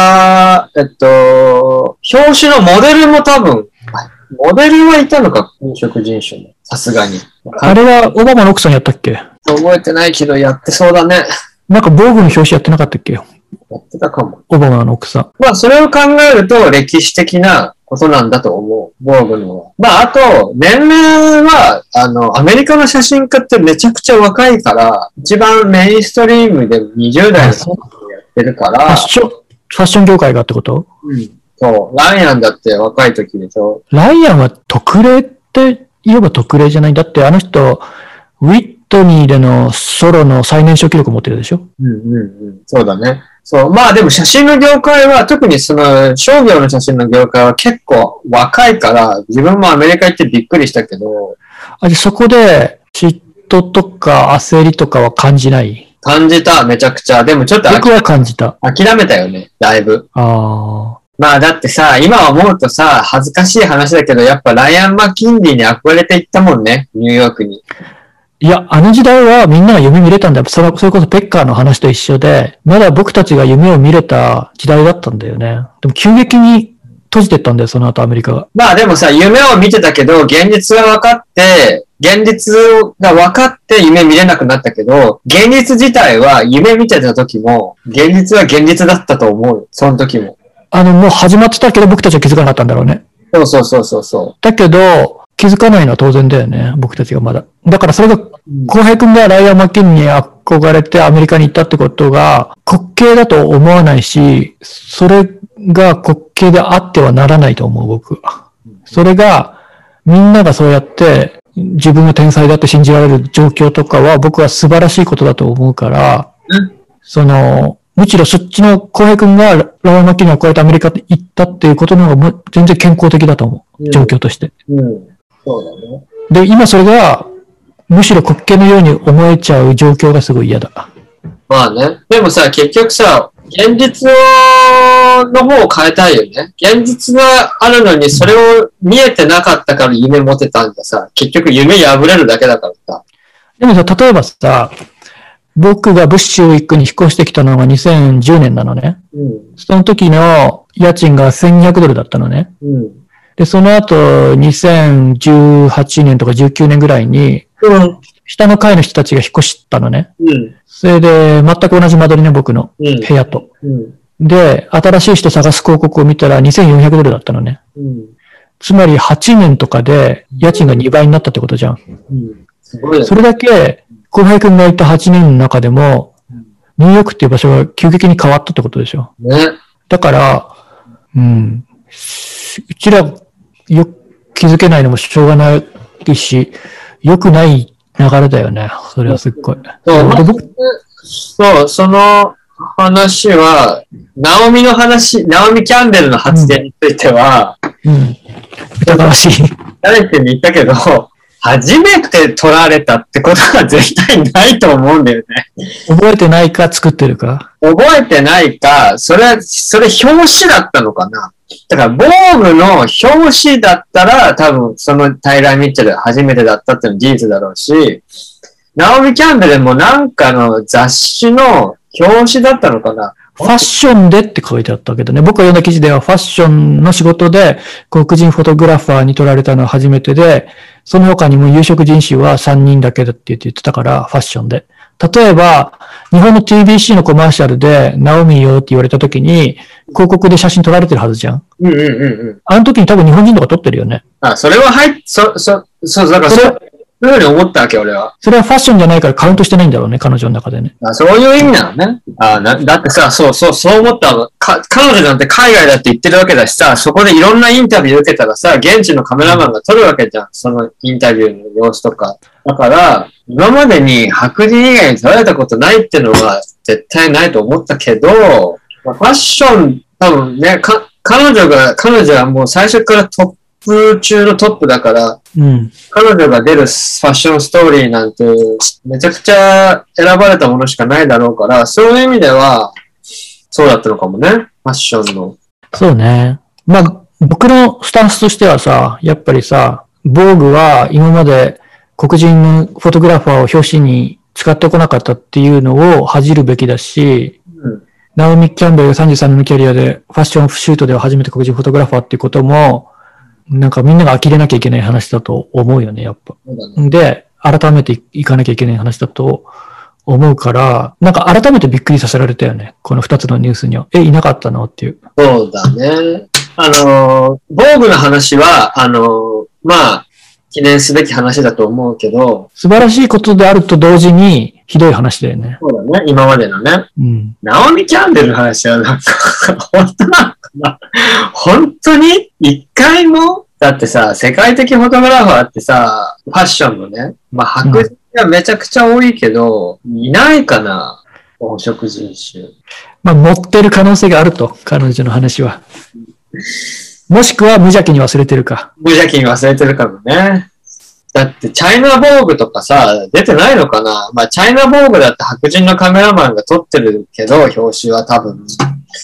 えっと、表紙のモデルも多分、モデルはいたのか、有色人種の。さすがに。 あれはオバマの奥さんやったっけ？ 覚えてないけど、やってそうだね。 なんか、防具の表紙やってなかったっけ？ やってたかも。 オバマの奥さん。 まあ、それを考えると、歴史的なことなんだと思う。防具のは。まあ、あと、年齢は、あの、アメリカの写真家ってめちゃくちゃ若いから、一番メインストリームでにじゅう代の人がやってるから。 ファッション、ファッション業界がってこと？ うん。そう。ライアンだって若い時でしょ。 ライアンは特例って言えば特例じゃない？だってあの人、ウィットニーでのソロの最年少記録持ってるでしょ？ うんうんうん。そうだね。そう。まあでも写真の業界は、特にその商業の写真の業界は結構若いから、自分もアメリカ行ってびっくりしたけど。 あ、じゃそこで嫉妬とか焦りとかは感じない？ 感じた、めちゃくちゃ。でもちょっと僕は感じた。 諦めたよね、だいぶ。 ああ。 まあだってさ、今思うとさ、恥ずかしい話だけど、やっぱライアン・マッキンリーに憧れていったもんね、ニューヨークに。 いや、あの時代はみんなが夢見れたんだよ。それそれこそペッカーの話と一緒で、まだ僕たちが夢を見れた時代だったんだよね。でも急激に閉じてったんだよ、その後アメリカが。 まあでもさ、夢を見てたけど、現実が分かって、現実が分かって夢見れなくなったけど、現実自体は夢見てた時も、現実は現実だったと思う。その時も。 あの、もう始まってたけど僕たちは気づかなかったんだろうね。 そうそうそうそうそう。 だけど、気づかないのは当然だよね、僕たちがまだ。だからそれが、浩平君がライアン・マッキンに憧れてアメリカに行ったってことが滑稽だと思わないし、それが滑稽であってはならないと思う、僕は。それが、みんながそうやって自分が天才だって信じられる状況とかは僕は素晴らしいことだと思うから、その、むしろそっちの浩平君がライアン・マッキンに憧れてアメリカに行ったっていうことの方が全然健康的だと思う、状況として。 うんうんそうだね。 で、今それが、むしろ滑稽のように思えちゃう状況がすごい嫌だ。 まあね。でもさ、結局さ、現実の方を変えたいよね。現実があるのに、それを見えてなかったから夢持てたんじゃさ、結局夢破れるだけだからさ。 でもさ、例えばさ、僕がブッシュウィックに引っ越してきたのがにせんじゅうねんなのね。うん、その時の家賃がせんにひゃくドルだったのね。うんで、その後、にせんじゅうはちねんとかじゅうきゅうねんぐらいに、うん、下の階の人たちが引っ越したのね。うん、それで、全く同じ間取りね、僕の部屋と、うんうん。で、新しい人探す広告を見たらにせんよんひゃくドルだったのね。うん、つまりはちねんとかで家賃がにばいになったってことじゃん。うん、すごいね、それだけ、浩平君がいたはちねんの中でも、ニューヨークっていう場所が急激に変わったってことでしょ。ね、だから、うん、うちら、よ、気づけないのもしょうがないし、良くない流れだよね。それはすっごい。 そう、そう、その話は、ナオミの話、ナオミ・キャンベルの発言については、うん。うん。疑わしい。誰って言ったけど、初めて取られたってことは絶対ないと思うんだよね。 覚えてないか作ってるか覚えてないか、それは、それ表紙だったのかな。だから、ボーグの表紙だったら、多分、そのタイラー・ミッチェル初めてだったっていうのは事実だろうし、ナオミ・キャンベルもなんかの雑誌の表紙だったのかな。 ファッションでって書いてあったけどね。僕が読んだ記事ではファッションの仕事で黒人フォトグラファーに取られたのは初めてで、その他にも有色人種はさんにんだけだって言ってたから、ファッションで。例えば、日本の ティービーシー のコマーシャルで、ナオミよって言われた時に、広告で写真撮られてるはずじゃん。うんうんうんうん。あの時に多分日本人とか撮ってるよね。 あ、それは入っ、そ、そ、そう、だからそれ、そういうふうに思ったわけ、俺は。 それはファッションじゃないからカウントしてないんだろうね、彼女の中でね。 あ、そういう意味なのね。あな、だってさ、そうそう、そう思ったの。か、彼女なんて海外だって言ってるわけだしさ、そこでいろんなインタビュー受けたらさ、現地のカメラマンが撮るわけじゃん。そのインタビューの様子とか。だから、今までに白人以外に撮られたことないっていうのは絶対ないと思ったけど、ファッション、多分ね、か、彼女が、彼女はもう最初からトップ中のトップだから、うん、彼女が出るファッションストーリーなんてめちゃくちゃ選ばれたものしかないだろうから、そういう意味ではそうだったのかもね、ファッションの。 そうね。まあ、僕のスタンスとしてはさ、やっぱりさ、ボーグは今まで黒人のフォトグラファーを表紙に使ってこなかったっていうのを恥じるべきだし、うん、ナオミ・キャンベルがさんじゅうさんねんのキャリアでファッションシュートでは初めて黒人フォトグラファーっていうことも、なんかみんなが呆れなきゃいけない話だと思うよね、やっぱ。ね、で、改めていかなきゃいけない話だと思うから、なんか改めてびっくりさせられたよね。この二つのニュースには。え、いなかったのっていう。 そうだね。あの、ボーグの話は、あの、まあ、記念すべき話だと思うけど。 素晴らしいことであると同時に、ひどい話だよね。 そうだね、今までのね。うん。ナオミ・キャンベルの話はなんか、本当なのかな本当に一回もだってさ、世界的フォトグラファーってさ、ファッションのね、まあ白人がめちゃくちゃ多いけど、うん、いないかな黄色人種。 まあ持ってる可能性があると、彼女の話は。もしくは無邪気に忘れてるか。 無邪気に忘れてるかもね。だって、チャイナボーグとかさ、出てないのかな。まあ、チャイナボーグだって白人のカメラマンが撮ってるけど、表紙は多分。 チ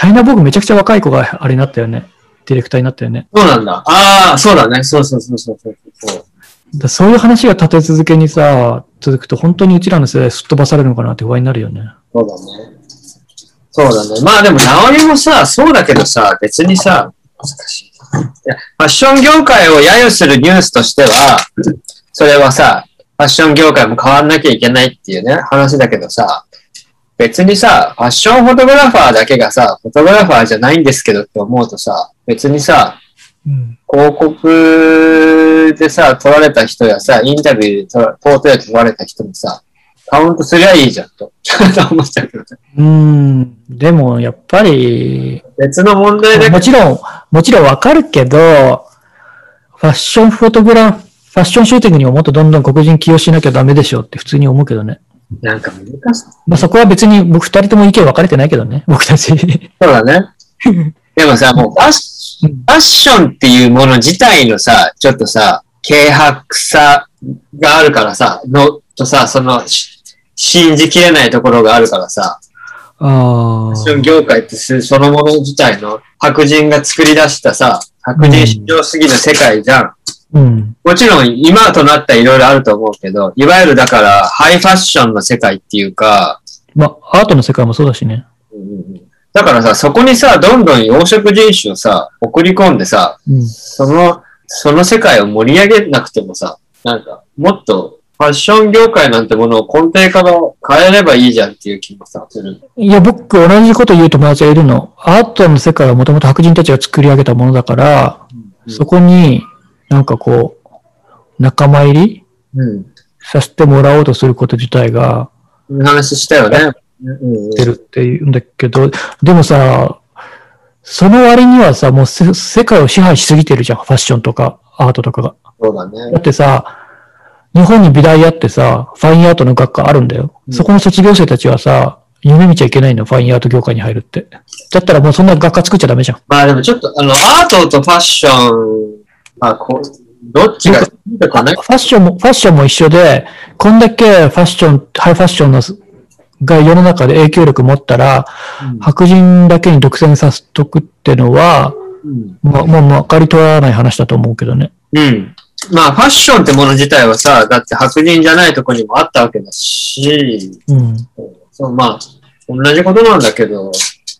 チャイナボーグめちゃくちゃ若い子があれになったよね。ディレクターになったよね。 そうなんだ。ああ、そうだね。そうそうそうそうそうそう。 だそういう話が立て続けにさ、続くと本当にうちらの世代すっ飛ばされるのかなって不安になるよね。 そうだね。そうだね。まあでも、ナオミもさ、そうだけどさ、別にさ、難しい。いや、ファッション業界を揶揄するニュースとしては、それはさ、ファッション業界も変わんなきゃいけないっていうね、話だけどさ、別にさ、ファッションフォトグラファーだけがさ、フォトグラファーじゃないんですけどって思うとさ、別にさ、うん、広告でさ、撮られた人やさ、インタビューでポートレート撮られた人もさ、カウントすりゃいいじゃんと、ちょっと思っちゃうけどね。 うーん、でもやっぱり、 別の問題だけど。 もちろん、もちろんわかるけど、ファッションフォトグラフ、ファッションシューティングにももっとどんどん黒人起用しなきゃダメでしょって普通に思うけどね。 なんか難しい。 まあそこは別に僕二人とも意見分かれてないけどね、僕たち。 そうだね。でもさ、もうファッシ、ファッションっていうもの自体のさ、ちょっとさ、軽薄さがあるからさ、の、とさ、その、信じきれないところがあるからさ、 あファッション業界ってそのもの自体の白人が作り出したさ、白人至上主義の世界じゃん。うん、もちろん今となったらいろいろあると思うけど、いわゆるだからハイファッションの世界っていうか、 まあ、アートの世界もそうだしね。 うんうん、だからさ、そこにさ、どんどん養殖人種をさ、送り込んでさ、うん、その、その世界を盛り上げなくてもさ、なんか、もっとファッション業界なんてものを根底から変えればいいじゃんっていう気もさ、する。 いや、僕同じこと言う友達がいるの。アートの世界はもともと白人たちが作り上げたものだから、うんうん、そこになんかこう、仲間入り、うん、させてもらおうとすること自体が、 話したよね。 てるっていうんだけど、でもさ、その割にはさ、もう世界を支配しすぎてるじゃん、ファッションとかアートとかが。 そうだね。 だってさ、日本に美大あってさ、ファインアートの学科あるんだよ。うん、そこの卒業生たちはさ、夢見ちゃいけないの、ファインアート業界に入るって。だったらもうそんな学科作っちゃダメじゃん。 まあでもちょっと、あの、アートとファッション、まあこう、どっちがいいかね。 ファッションも、ファッションも一緒で、こんだけファッション、ハイファッションのが世の中で影響力持ったら、うん、白人だけに独占させとくってのは、うん、まあ、もうまかり通らない話だと思うけどね。 うん。まあ、ファッションってもの自体はさ、だって白人じゃないとこにもあったわけだし、うん。そう、まあ、同じことなんだけど。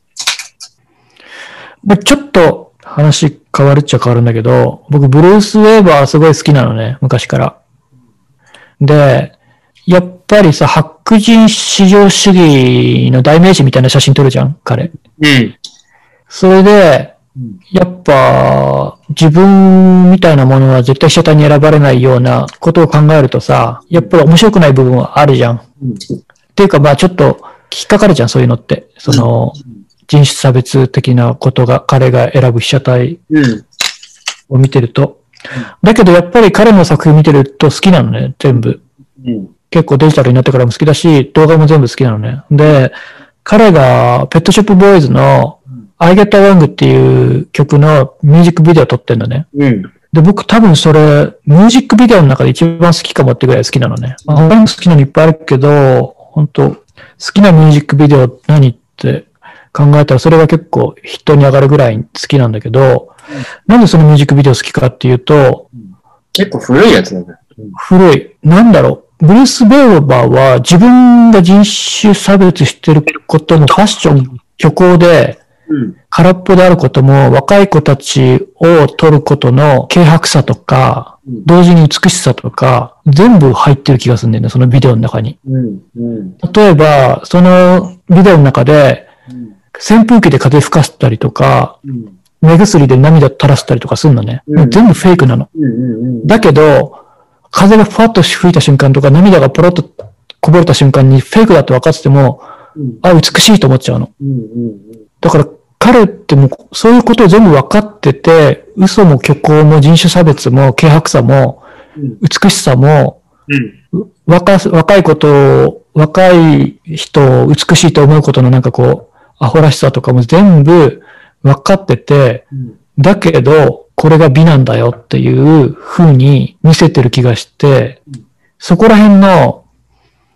まあ、ちょっと話変わるっちゃ変わるんだけど、僕、ブルース・ウェーバーすごい好きなのね、昔から。で、やっぱりさ、白人至上主義の代名詞みたいな写真撮るじゃん、彼。うん。それで、やっぱ、自分みたいなものは絶対被写体に選ばれないようなことを考えるとさ、やっぱり面白くない部分はあるじゃん。うん、っていうか、まあちょっと引っかかるじゃん、そういうのって。その、人種差別的なことが、彼が選ぶ被写体を見てると。だけどやっぱり彼の作品見てると好きなのね、全部。うん結構デジタルになってからも好きだし、動画も全部好きなのね。で、彼がペットショップボーイズの I Get Along っていう曲のミュージックビデオ撮ってんのね。うん、で、僕多分それ、ミュージックビデオの中で一番好きかもってぐらい好きなのね。まあ、他にも好きなのいっぱいあるけど、本当好きなミュージックビデオ何って考えたらそれが結構ヒットに上がるぐらい好きなんだけど、うん、なんでそのミュージックビデオ好きかっていうと、 結構古いやつだね。 うん、古い。なんだろう。ブルース・ベーバーは自分が人種差別してることもファッション虚構で空っぽであることも若い子たちを撮ることの軽薄さとか同時に美しさとか全部入ってる気がするんだよね、そのビデオの中に。例えば、そのビデオの中で扇風機で風吹かせたりとか目薬で涙垂らしたりとかするのね。全部フェイクなの。だけど、風がふわっと吹いた瞬間とか、涙がポロッとこぼれた瞬間にフェイクだって分かってても、うん、あ、美しいと思っちゃうの。うんうんうん、だから彼ってもうそういうことを全部分かってて、嘘も虚構も人種差別も軽薄さも、美しさも、うん、若、若いことを、若い人を美しいと思うことのなんかこう、アホらしさとかも全部分かってて、うん、だけど、これが美なんだよっていう風に見せてる気がして、そこら辺の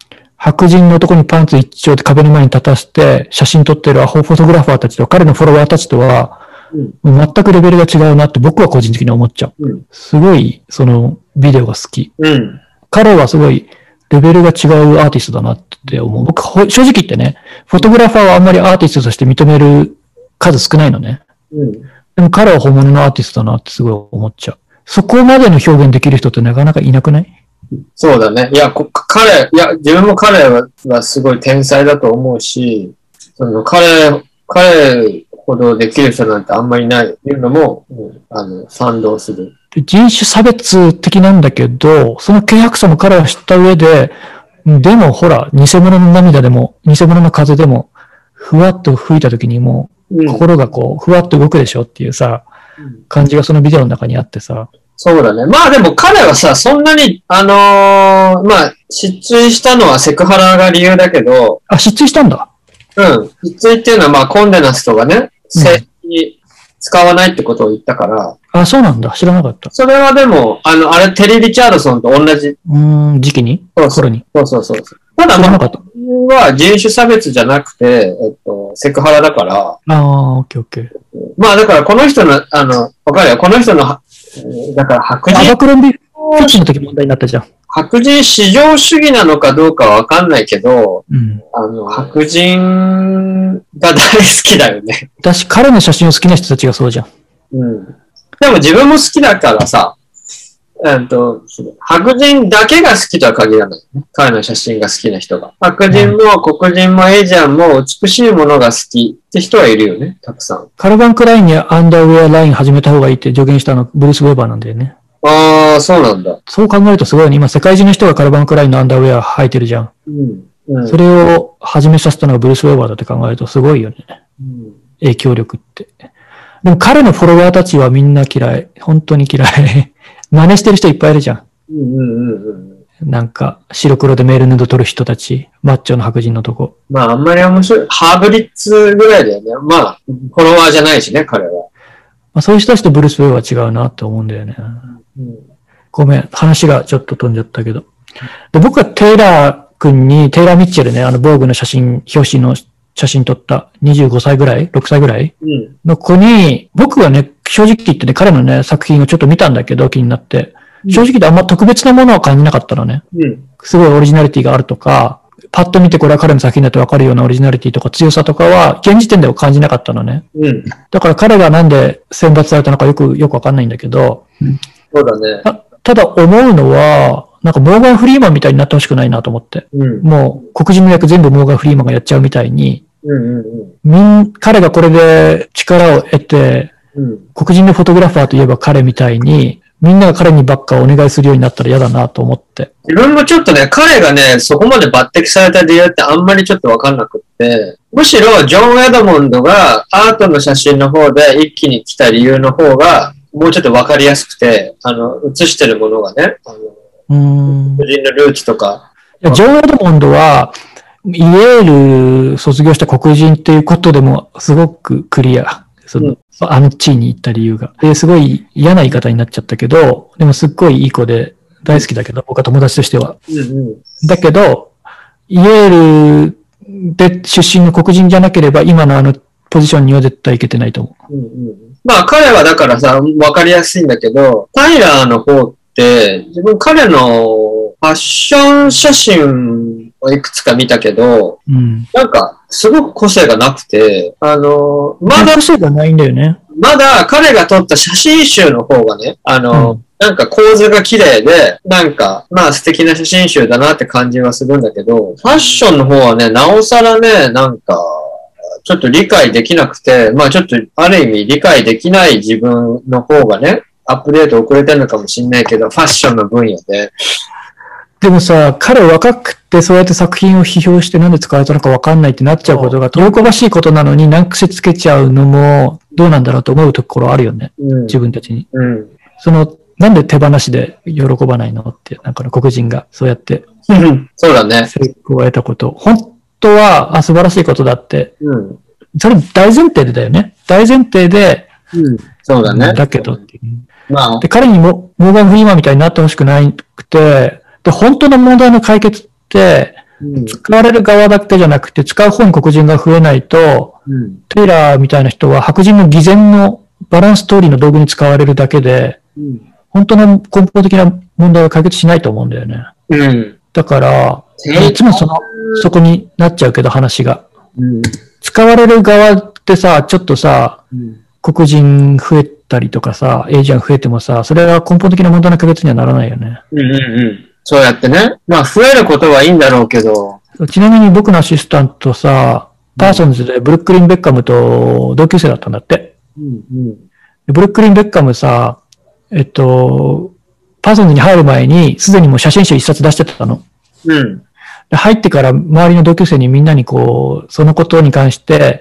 白人の男にパンツ一丁で壁の前に立たせて写真撮ってるアホフォトグラファーたちと彼のフォロワーたちとは、うん、全くレベルが違うなって僕は個人的に思っちゃう。うん、すごい、そのビデオが好き。うん、彼はすごいレベルが違うアーティストだなって思う。僕、正直言ってね、フォトグラファーはあんまりアーティストとして認める数少ないのね。うん、でも彼は本物のアーティストだなってすごい思っちゃう。そこまでの表現できる人ってなかなかいなくない？ そうだね。いや、彼、いや、自分も彼は、はすごい天才だと思うし、その彼、彼ほどできる人なんてあんまりないっていうのも、うん、あの、賛同する。 人種差別的なんだけど、その軽薄さも彼は知った上で、でもほら、偽物の涙でも、偽物の風でも、ふわっと吹いた時にもう、心がこう、ふわっと動くでしょっていうさ、うん、感じがそのビデオの中にあってさ。 そうだね。まあでも彼はさ、そんなに、あのー、まあ、失墜したのはセクハラが理由だけど。 あ、失墜したんだ。 うん。失墜っていうのはまあコンデナストがね、正式に使わないってことを言ったから。 うん、あ、そうなんだ。知らなかった。 それはでも、あの、あれ、テリー・リチャードソンと同じ。 うーん、時期にそうそう。 にそうそうそう。ただまあ、は人種差別じゃなくて、えっと、セクハラだから。ああ、オッケーオッケー。 まあだからこの人の、あの、わかるよ。この人の、だから白人。 アバクロンビフィッチの時問題になったじゃん。 白人至上主義なのかどうかはわかんないけど、うん、あの、白人が大好きだよね。 私、彼の写真を好きな人たちがそうじゃん。 うん。でも自分も好きだからさ、えっと、白人だけが好きとは限らない、ね。彼の写真が好きな人が。白人も黒人もエイジアンも美しいものが好きって人はいるよね、たくさん。 カルバン・クラインにアンダーウェアライン始めた方がいいって助言したのブルース・ウェーバーなんだよね。 ああ、そうなんだ。 そう考えるとすごいね。今世界中の人がカルバン・クラインのアンダーウェア履いてるじゃん。うんうん、それを始めさせたのがブルース・ウェーバーだって考えるとすごいよね。うん、影響力って。でも彼のフォロワーたちはみんな嫌い。本当に嫌い。真似してる人いっぱいいるじゃん。うんうんうんうん、なんか、白黒でメールヌード撮る人たち、マッチョの白人のとこ。 まあ、あんまり面白い。ハーブリッツぐらいだよね。まあ、フォロワーじゃないしね、彼は。 まあ、そういう人たちとブルース・ウェイは違うなって思うんだよね。うん、ごめん、話がちょっと飛んじゃったけど。で僕はテイラー君に、テイラー・ミッチェルね、あの、防具の写真、表紙の写真撮ったにじゅうごさいぐらい ?ろく 歳ぐらい、うん、の子に、僕はね、正直言ってね、彼のね、作品をちょっと見たんだけど、気になって。正直言ってあんま特別なものは感じなかったのね。うん、すごいオリジナリティがあるとか、パッと見てこれは彼の作品だと分かるようなオリジナリティとか強さとかは、現時点では感じなかったのね。うん、だから彼がなんで選抜されたのかよく、よく分かんないんだけど。 うん、そうだね。 た、ただ思うのは、なんかモーガン・フリーマンみたいになってほしくないなと思って。うん、もう黒人の役全部モーガン・フリーマンがやっちゃうみたいに、うんうんうん、みん、彼がこれで力を得て、うん、黒人のフォトグラファーといえば彼みたいに、みんなが彼にばっかお願いするようになったら嫌だなと思って。 自分もちょっとね、彼がね、そこまで抜擢された理由ってあんまりちょっとわかんなくって、むしろジョン・エドモンドがアートの写真の方で一気に来た理由の方が、もうちょっとわかりやすくて、あの、写してるものがね、あの、黒人のルーツとか。 いや、ジョン・エドモンドは、イェール卒業した黒人っていうことでもすごくクリア。その、うん、あの地位に行った理由が。で、すごい嫌な言い方になっちゃったけど、でもすっごいいい子で大好きだけど、僕は友達としては。うんうん、だけど、イェールで出身の黒人じゃなければ今のあのポジションには絶対行けてないと思う。うんうん、 まあ彼はだからさ、わかりやすいんだけど、タイラーの方って、自分彼のファッション写真をいくつか見たけど、うん、なんか、すごく個性がなくて、あの、まだ、 個性がないんだよね。 まだ彼が撮った写真集の方がね、あの、うん、なんか構図が綺麗で、なんか、まあ素敵な写真集だなって感じはするんだけど、ファッションの方はね、なおさらね、なんか、ちょっと理解できなくて、まあちょっとある意味理解できない自分の方がね、アップデート遅れてるのかもしれないけど、ファッションの分野で。 でもさ、彼若くてそうやって作品を批評してなんで使われたのか分かんないってなっちゃうことが、喜ばしいことなのに難癖つけちゃうのもどうなんだろうと思うところあるよね。うん、自分たちに。うん、その、なんで手放しで喜ばないのって、なんかの黒人がそうやって。 そうだね。 成功を得たこと。本当は、あ、素晴らしいことだって。うん、それ大前提でだよね。大前提で。 うん、そうだね。 だけどっていう。まあ、で彼にもモーガン・フリーマンみたいになってほしくなくて、で、本当の問題の解決って、 うん、 使われる側だけじゃなくて、使う方に黒人が増えないと、うん、テイラーみたいな人は白人の偽善のバランスストーリーの道具に使われるだけで、うん、本当の根本的な問題は解決しないと思うんだよね。 うん、 だから、いつもその、そこになっちゃうけど話が。うん、使われる側ってさ、ちょっとさ、うん、黒人増えたりとかさ、エイジアン増えてもさ、それは根本的な問題の解決にはならないよね。 うんうんうん。そうやってね。まあ増えることはいいんだろうけど。 ちなみに僕のアシスタントさ、パーソンズでブルックリン・ベッカムと同級生だったんだって。うんうん、ブルックリン・ベッカムさ、えっと、パーソンズに入る前にすでにもう写真集一冊出してたの。 うん。 で入ってから周りの同級生にみんなにこう、そのことに関して、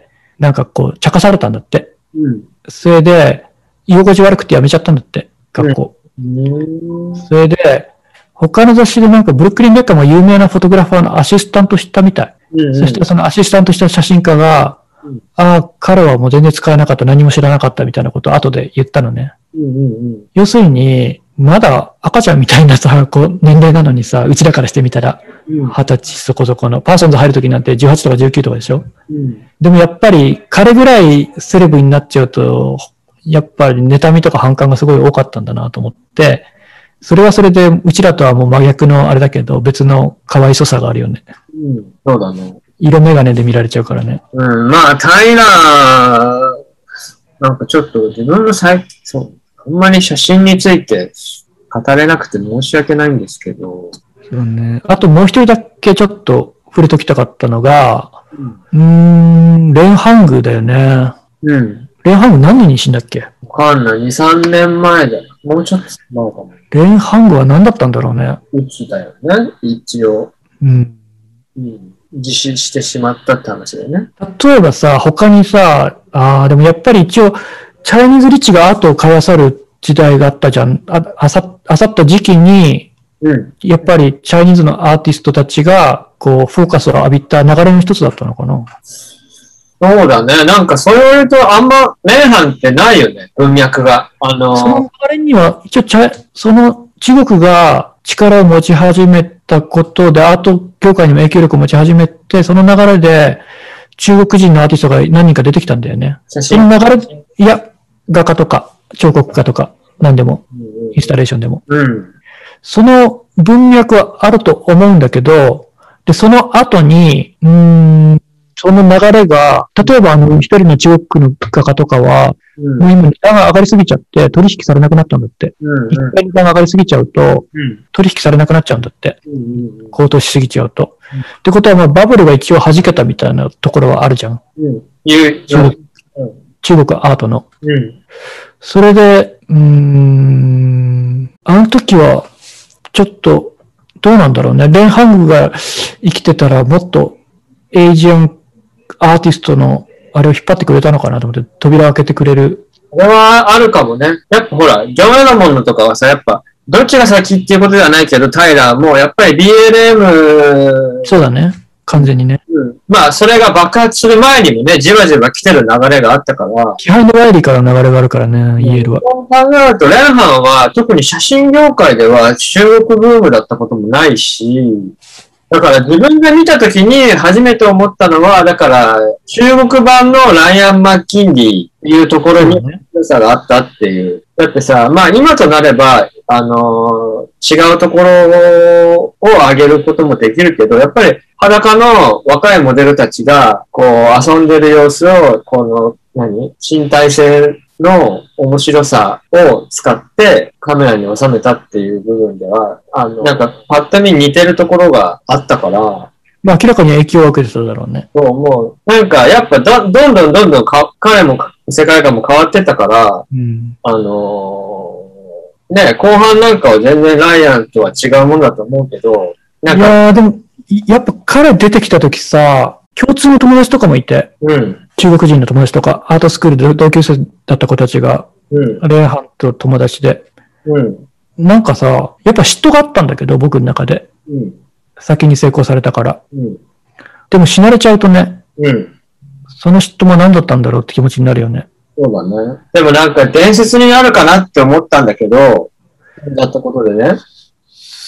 なんかこう、茶化されたんだって。うん。それで、居心地悪くて辞めちゃったんだって、学校。うん、それで、他の雑誌でなんかブルックリン・ベッカムが有名なフォトグラファーのアシスタントしたみたい。うんうん、そしてそのアシスタントした写真家が、うん、ああ、彼はもう全然使えなかった、何も知らなかったみたいなことを後で言ったのね。うんうんうん、要するに、まだ赤ちゃんみたいなさ、こう年齢なのにさ、うちらからしてみたら、二十歳そこそこの、パーソンズ入るときなんてじゅうはちとかじゅうきゅうとかでしょ、うん、でもやっぱり彼ぐらいセレブになっちゃうと、やっぱり妬みとか反感がすごい多かったんだなと思って、それはそれで、うちらとはもう真逆のあれだけど、別の可愛さがあるよね。 うん、そうだね。 色眼鏡で見られちゃうからね。 うん、まあ、タイラー、なんかちょっと自分の最近、そう、あんまり写真について語れなくて申し訳ないんですけど。 そうね。あともう一人だけちょっと触れときたかったのが、うん、うーん、レンハングだよね。 うん。 レンハング何年に死んだっけ？ わかんない。に、さんねんまえだよ。もうちょっと前かも。 レンハングは何だったんだろうね。 うつだよね。一応。うん。うん。自死してしまったって話だよね。 例えばさ、他にさ、ああ、でもやっぱり一応、チャイニーズリッチが後を買わさる時代があったじゃん。あ、あさ、あさった時期に、うん。やっぱりチャイニーズのアーティストたちが、こう、フォーカスを浴びた流れの一つだったのかな。 そうだね。なんかそう言われるとあんま、レンハンってないよね。文脈が。あのー、 その流れには、一応チャ、その中国が力を持ち始めたことで、アート業界にも影響力を持ち始めて、その流れで、中国人のアーティストが何人か出てきたんだよね。その流れ、いや、画家とか、彫刻家とか、何でも、インスタレーションでも。うん、その文脈はあると思うんだけど、で、その後に、うーん、その流れが、例えばあの、一人の中国の画家とかは、うん、もう今値段が上がりすぎちゃって取引されなくなったんだって。うんうん、一回値段が上がりすぎちゃうと、うん、取引されなくなっちゃうんだって。うんうん、高騰しすぎちゃうと。うん、ってことはまあバブルが一応弾けたみたいなところはあるじゃん。うん、中国、うん、中国アートの。うん、それで、うーん、あの時は、ちょっと、どうなんだろうね。レンハングが生きてたらもっとエイジアンアーティストのあれを引っ張ってくれたのかなと思って、扉を開けてくれる。 これはあるかもね。やっぱほら、ジョン・エガモンのとかはさ、やっぱ、どっちが先っていうことではないけど、タイラーもやっぱり ビーエルエム。 そうだね。完全にね。 うん。まあ、それが爆発する前にもね、じわじわ来てる流れがあったから。 キハインド・ワイリーからの流れがあるからね、イエールは。 そう考えると、レンハンは特に写真業界では中国ブームだったこともないし、だから自分が見たときに初めて思ったのは、だから中国版のライアン・マッキンリーっていうところに良さがあったっていう。だってさ、まあ今となれば、あのー、違うところを上げることもできるけど、やっぱり裸の若いモデルたちがこう遊んでる様子を、この、何？身体性の面白さを使ってカメラに収めたっていう部分では、あの、なんかパッと見似てるところがあったから、 まあ明らかに影響を受けてただろうね。 そう、もう、なんかやっぱど、どんどんどんどんか彼も世界観も変わってったから、うん、あのー、ね、後半なんかは全然ライアンとは違うものだと思うけど、 なんか。いやーでも、やっぱ彼出てきた時さ、共通の友達とかもいて、うん、中国人の友達とか、アートスクールで同級生だった子たちが、うん、レンハンと友達で、うん、なんかさ、やっぱ嫉妬があったんだけど、僕の中で。うん、先に成功されたから。うん、でも死なれちゃうとね、うん、その嫉妬も何だったんだろうって気持ちになるよね。 そうだね。でもなんか伝説になるかなって思ったんだけど、だったことでね。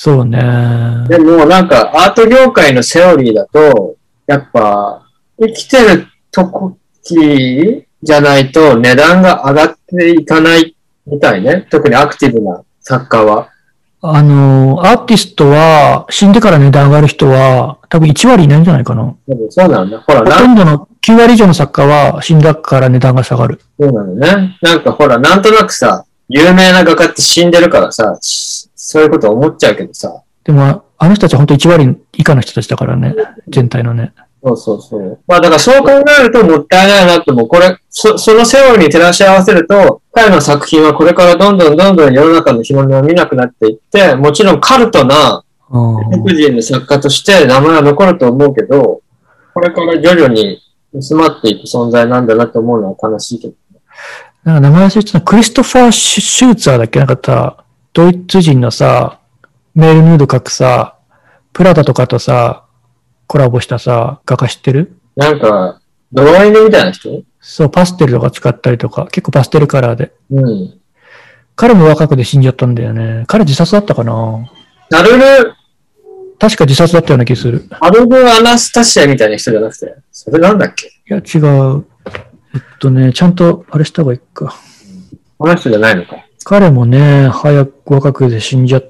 そうね。 でもなんかアート業界のセオリーだと、やっぱ生きてる時じゃないと値段が上がっていかないみたいね。特にアクティブな作家は。 あの、アーティストは、死んでから値段上がる人は、多分いち割いないんじゃないかな。 そうなのね。ほら、 ほとんどのきゅう割以上の作家は死んだから値段が下がる。 そうなのね。なんかほら、なんとなくさ、有名な画家って死んでるからさ、そういうこと思っちゃうけどさ。 でも、あの人たちは本当いち割以下の人たちだからね。全体のね。 そうそうそう。まあだからそう考えるともったいないなってもうこれ、そ、そのセオリーに照らし合わせると、彼の作品はこれからどんどんどんどん世の中の人が見なくなっていって、もちろんカルトな、黒人の作家として名前は残ると思うけど、これから徐々に薄まっていく存在なんだなと思うのは悲しいけど。 なんか名前忘れてたクリストファー・シューツァーだっけなかった、ドイツ人のさ、メールヌード描くさ、プラダとかとさ、コラボしたさ、画家知ってる？ なんか、ドローイングみたいな人？ そう、パステルとか使ったりとか、結構パステルカラーで。 うん。 彼も若くで死んじゃったんだよね。彼自殺だったかな？ ナルル、 確か自殺だったような気がする。 ナルル・アナスタシアみたいな人じゃなくて、それなんだっけ？ いや、違う。えっとね、ちゃんと、あれした方がいいか。 この人じゃないのか。 彼もね、早く若くで死んじゃって、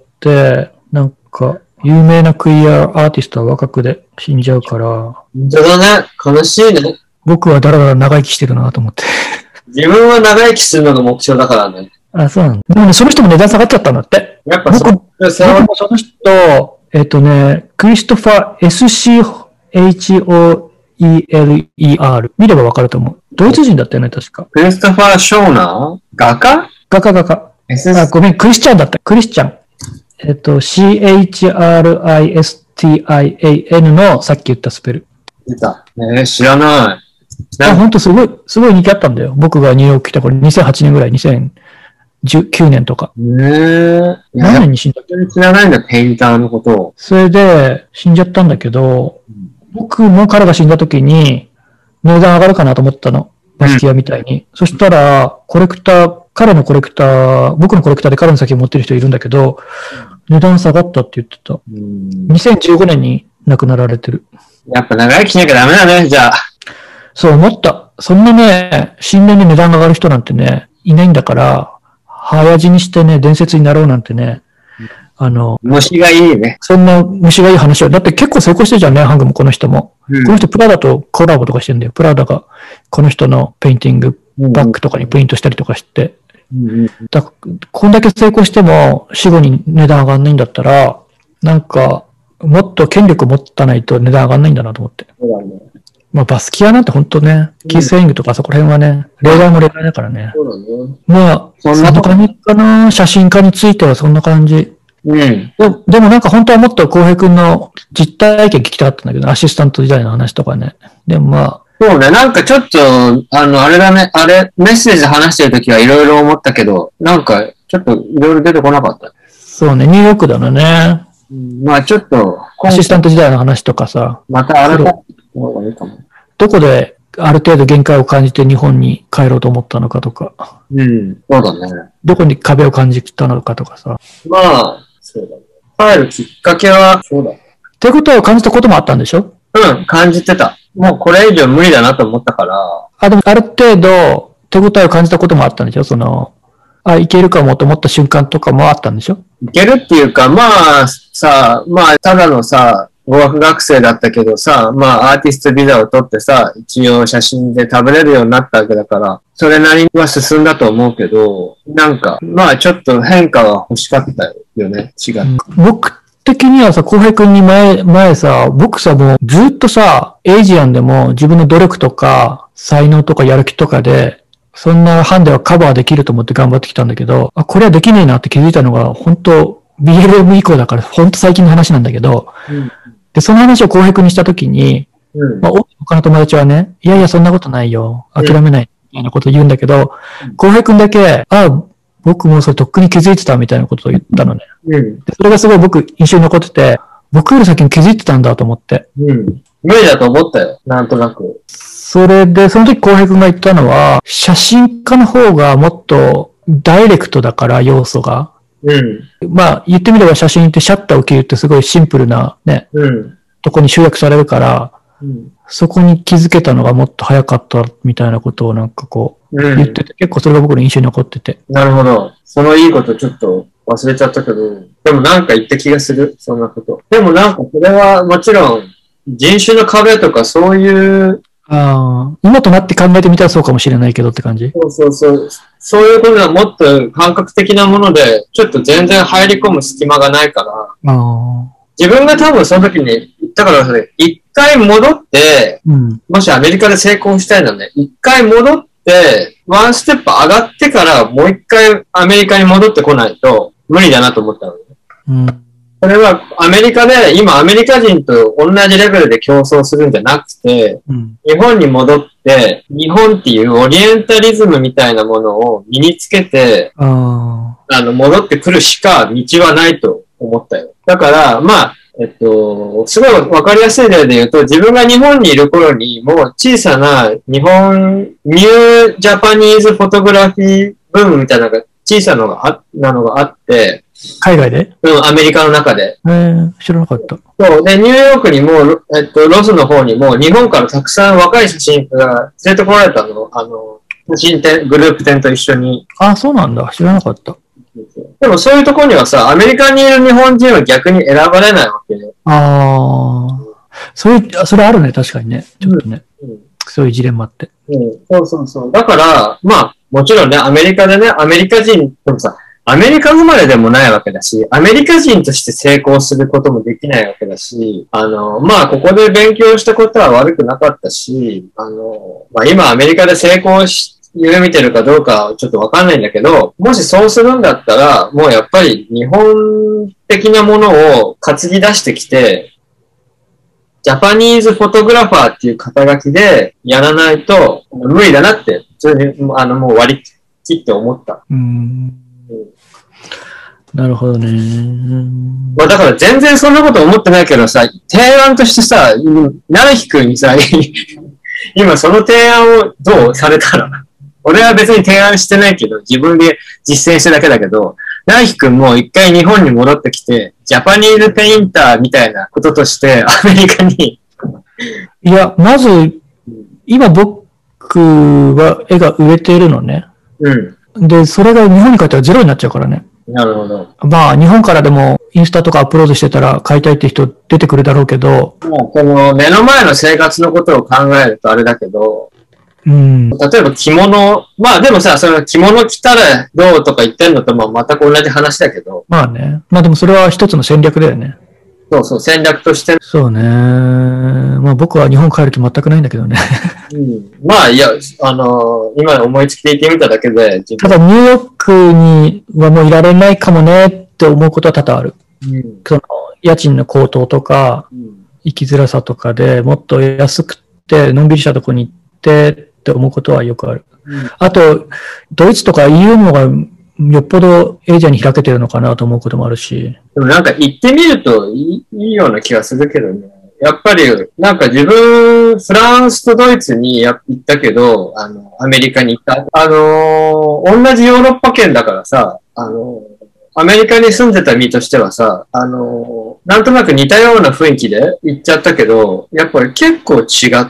なんか、有名なクイアアーティストは若くで死んじゃうから。 本当だね。悲しいね。 僕はだらだら長生きしてるなと思って。 自分は長生きするのが目標だからね。 あ、そうなんだ。でもね、その人も値段下がっちゃったんだって。 やっぱそう。 僕、僕もその人、えっとね、クリストファー エスシーエイチオーイーエルイーアール。見ればわかると思う。ドイツ人だったよね、確か。 クリストファー・ショーナー？画家？ 画家画家。 S- あ、ごめん、クリスチャンだった。クリスチャン。えっと、シーエイチアールアイエスティーアイエーエヌ のさっき言ったスペル。 出た。えー、知らない。 あ、ほんとすごい、すごい人気あったんだよ。僕がニューヨーク来た頃、にせんはちねんぐらい、にせんじゅうきゅうねんとか。 えー、 何年に死んだっけ？ 知らないんだ、ペインターのことを。 それで、死んじゃったんだけど、僕も彼が死んだ時に、値段上がるかなと思ったの。バスキアみたいに。うん、そしたら、コレクター、彼のコレクター、僕のコレクターで彼の先を持ってる人いるんだけど、値段下がったって言ってた。うん、にせんじゅうごねんに亡くなられてる。 やっぱ長生きしなきゃダメだね、じゃあ。 そう思った。そんなね、新年に値段が上がる人なんてね、いないんだから、早死にしてね、伝説になろうなんてね、あの、 虫がいいね。 そんな虫がいい話は、だって結構成功してるじゃんね、ハングもこの人も。うん、この人プラダとコラボとかしてるんだよ。プラダがこの人のペインティング、バッグとかにプリントしたりとかして。うんうん、だこんだけ成功しても死後に値段上がんないんだったら、なんか、もっと権力持ったないと値段上がんないんだなと思って。 そうだね。 まあバスキアなんて本当ね、キースエイングとかそこら辺はね、例外も例外だからね。 そうだね。 まあ、そんな感じかな。写真家についてはそんな感じ。うん。で, でもなんか本当はもっと浩平君の実体験聞きたかったんだけど、アシスタント時代の話とかね。でもまあ。 そうね、なんかちょっと、あの、あれだね、あれ、メッセージ話してるときはいろいろ思ったけど、なんかちょっといろいろ出てこなかった。 そうね、ニューヨークだのね。 うん、まあちょっと、 アシスタント時代の話とかさ。 またあれだ方がいいかも。 どこである程度限界を感じて日本に帰ろうと思ったのかとか。 うん、そうだね。 どこに壁を感じたのかとかさ。 まあ、そうだね。帰るきっかけは、そうだ。 ってことを感じたこともあったんでしょ？ うん、感じてた。もうこれ以上無理だなと思ったから。 あ、でもある程度手応えを感じたこともあったんでしょ？その、あ、いけるかもと思った瞬間とかもあったんでしょ？ いけるっていうか、まあ、さ、まあ、ただのさ、語学学生だったけどさ、まあ、アーティストビザを取ってさ、一応写真で食べれるようになったわけだから、それなりには進んだと思うけど、なんか、まあ、ちょっと変化は欲しかったよね、違う。うん、 僕的にはさ、浩平君に前、前さ、僕さ、もうずっとさ、エイジアンでも自分の努力とか、才能とかやる気とかで、そんなハンデはカバーできると思って頑張ってきたんだけど、あ、これはできねえなって気づいたのが、本当 ビーエルエム 以降だから、本当最近の話なんだけど、うん、で、その話を浩平君にしたときに、うん、まあ、他の友達はね、いやいや、そんなことないよ。諦めない。みたいなことを言うんだけど、浩平君だけ、あ、僕もそれとっくに気づいてたみたいなことを言ったのね。うん、でそれがすごい僕印象に残ってて、僕より先に気づいてたんだと思って。 うん。無理だと思ったよ。なんとなく。 それで、その時浩平君が言ったのは、写真家の方がもっとダイレクトだから要素が。 うん。 まあ、言ってみれば写真ってシャッターを切るってすごいシンプルなね、 うん。 とこに集約されるから、うん、そこに気づけたのがもっと早かったみたいなことをなんかこう、言ってて、うん、結構それが僕の印象に残ってて。 なるほど。そのいいことちょっと忘れちゃったけど、でもなんか言った気がする、そんなこと。でもなんかそれはもちろん、人種の壁とかそういう、 ああ、今となって考えてみたらそうかもしれないけどって感じ？ そうそうそう。そういうことはもっと感覚的なもので、ちょっと全然入り込む隙間がないから、 あ自分が多分その時に言ったから、一回戻って、うん、もしアメリカで成功したいならね、一回戻って、ワンステップ上がってからもう一回アメリカに戻ってこないと無理だなと思ったのね。うんそれはアメリカで、今アメリカ人と同じレベルで競争するんじゃなくて、うん、日本に戻って、日本っていうオリエンタリズムみたいなものを身につけて、ああの、戻ってくるしか道はないと思ったよ。だから、まあ、えっと、すごいわかりやすい例で言うと、自分が日本にいる頃にもう小さな日本、ニュージャパニーズフォトグラフィーブームみたいなのが小さなのがあなのがあって、 海外で？ うん、アメリカの中で。 えー、知らなかった。 そう。で、ニューヨークにも、えっと、ロスの方にも、日本からたくさん若い写真家が連れてこられたの。あの、写真展、グループ展と一緒に。 あ、そうなんだ。知らなかった。 でもそういうところにはさ、アメリカにいる日本人は逆に選ばれないわけね。 ああ。そういう、それあるね、確かにね。ちょっとね。うんうん、そういうジレンマって。 うん、そうそうそう。だから、まあ、もちろんね、アメリカでね、アメリカ人、でもさ、アメリカ生まれでもないわけだし、アメリカ人として成功することもできないわけだし、あの、まあ、ここで勉強したことは悪くなかったし、あの、まあ、今アメリカで成功し、夢見てるかどうかちょっとわかんないんだけど、もしそうするんだったら、もうやっぱり日本的なものを担ぎ出してきて、ジャパニーズフォトグラファーっていう肩書きでやらないと無理だなって、それで、あの、もう割り切って思った。 うーんなるほどね。 まあだから全然そんなこと思ってないけどさ、提案としてさ、なるひくんにさ、今その提案をどうされたら、俺は別に提案してないけど、自分で実践しただけだけど、なるひくんも一回日本に戻ってきて、ジャパニーズペインターみたいなこととしてアメリカに。 いや、まず、今僕は絵が植えているのね。 うん。 で、それが日本に帰ったらゼロになっちゃうからね。 なるほど。 まあ、日本からでもインスタとかアップロードしてたら買いたいって人出てくるだろうけど。 もう、この目の前の生活のことを考えるとあれだけど、 うん。 例えば着物、まあでもさ、その着物着たらどうとか言ってんのとまあ全く同じ話だけど。 まあね。まあでもそれは一つの戦略だよね。 そうそう、戦略として。 そうね。まあ僕は日本帰る気全くないんだけどね。 うん、まあいや、あのー、今思いつきで言ってみただけで。 ただニューヨークにはもういられないかもねって思うことは多々ある。うん、その家賃の高騰とか、うん、生きづらさとかでもっと安くてのんびりしたとこに行ってって思うことはよくある。うん、あと、ドイツとか イーユー の方がよっぽどエイジアに開けてるのかなと思うこともあるし。 でもなんか行ってみるといい、いいような気がするけどね。やっぱり、なんか自分、フランスとドイツに行ったけど、あの、アメリカに行った。あのー、同じヨーロッパ圏だからさ、あのー、アメリカに住んでた身としてはさ、あのー、なんとなく似たような雰囲気で行っちゃったけど、やっぱり結構違って、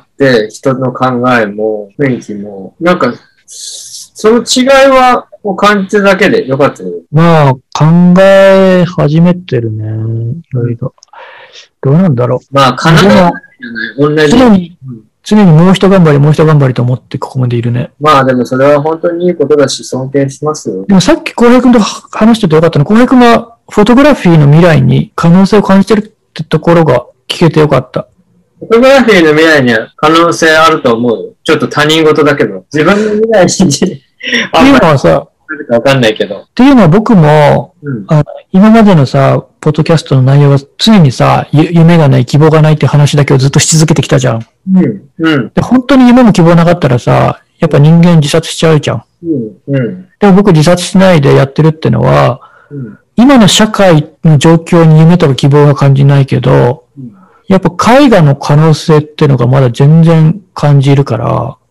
人の考えも、雰囲気も、なんか、その違いは、を感じてるだけでよかったよ。 まあ、考え始めてるね。いろいろ。どうなんだろう。 まあ、カナダじゃない。同じ。 常に、常にもう一頑張り、もう一頑張りと思ってここまでいるね。 まあ、でもそれは本当にいいことだし、尊敬しますよ。 でもさっき浩平君と話しててよかったの。浩平君がフォトグラフィーの未来に可能性を感じてるってところが聞けてよかった。 フォトグラフィーの未来には可能性あると思うよ。ちょっと他人事だけど。自分の未来に。 っていうのはさ、 わかんないけど。 っていうのは僕も、うん、あの今までのさ、ポッドキャストの内容は常にさ、夢がない、希望がないって話だけをずっとし続けてきたじゃん。 うん。うん。 で、本当に夢も希望なかったらさ、やっぱ人間自殺しちゃうじゃん。 うん。うん。 でも僕自殺しないでやってるってのは、 うん、 今の社会の状況に夢とか希望が感じないけど、うん、やっぱ絵画の可能性ってのがまだ全然感じるから、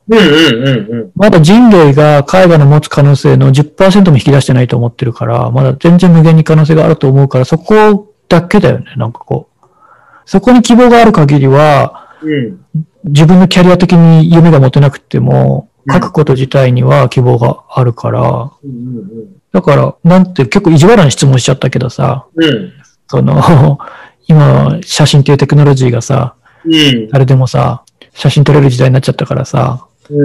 うんうんうんうん。 まだ人類が絵画の持つ可能性のじゅっパーセントも引き出してないと思ってるから、まだ全然無限に可能性があると思うから、そこだけだよね、なんかこう。そこに希望がある限りは、 うん、 自分のキャリア的に夢が持てなくても、書くこと自体には希望があるから、うんうんうん、だから、なんて結構意地悪な質問しちゃったけどさ、うん、その、今、写真っていうテクノロジーがさ、うん、誰でもさ、写真撮れる時代になっちゃったからさ、うん、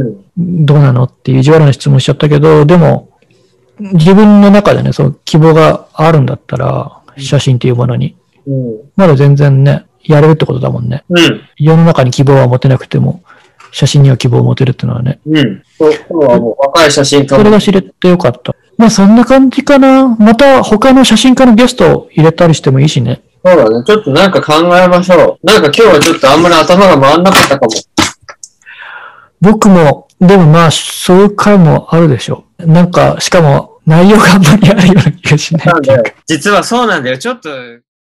どうなのっていう意地悪な質問しちゃったけど、でも、自分の中でね、そう希望があるんだったら、写真っていうものに、うん、まだ全然ね、やれるってことだもんね。うん、世の中に希望は持てなくても、写真には希望を持てるっていうのはね。 うん。そう、今日はもう若い写真家。 それが知れてよかった。まあそんな感じかな。また他の写真家のゲストを入れたりしてもいいしね。 そうだね。ちょっとなんか考えましょう。なんか今日はちょっとあんまり頭が回んなかったかも。 僕も、でもまあ、そういう回もあるでしょう。なんか、しかも、内容があんまりあるような気がしない。 実はそうなんだよ。ちょっと、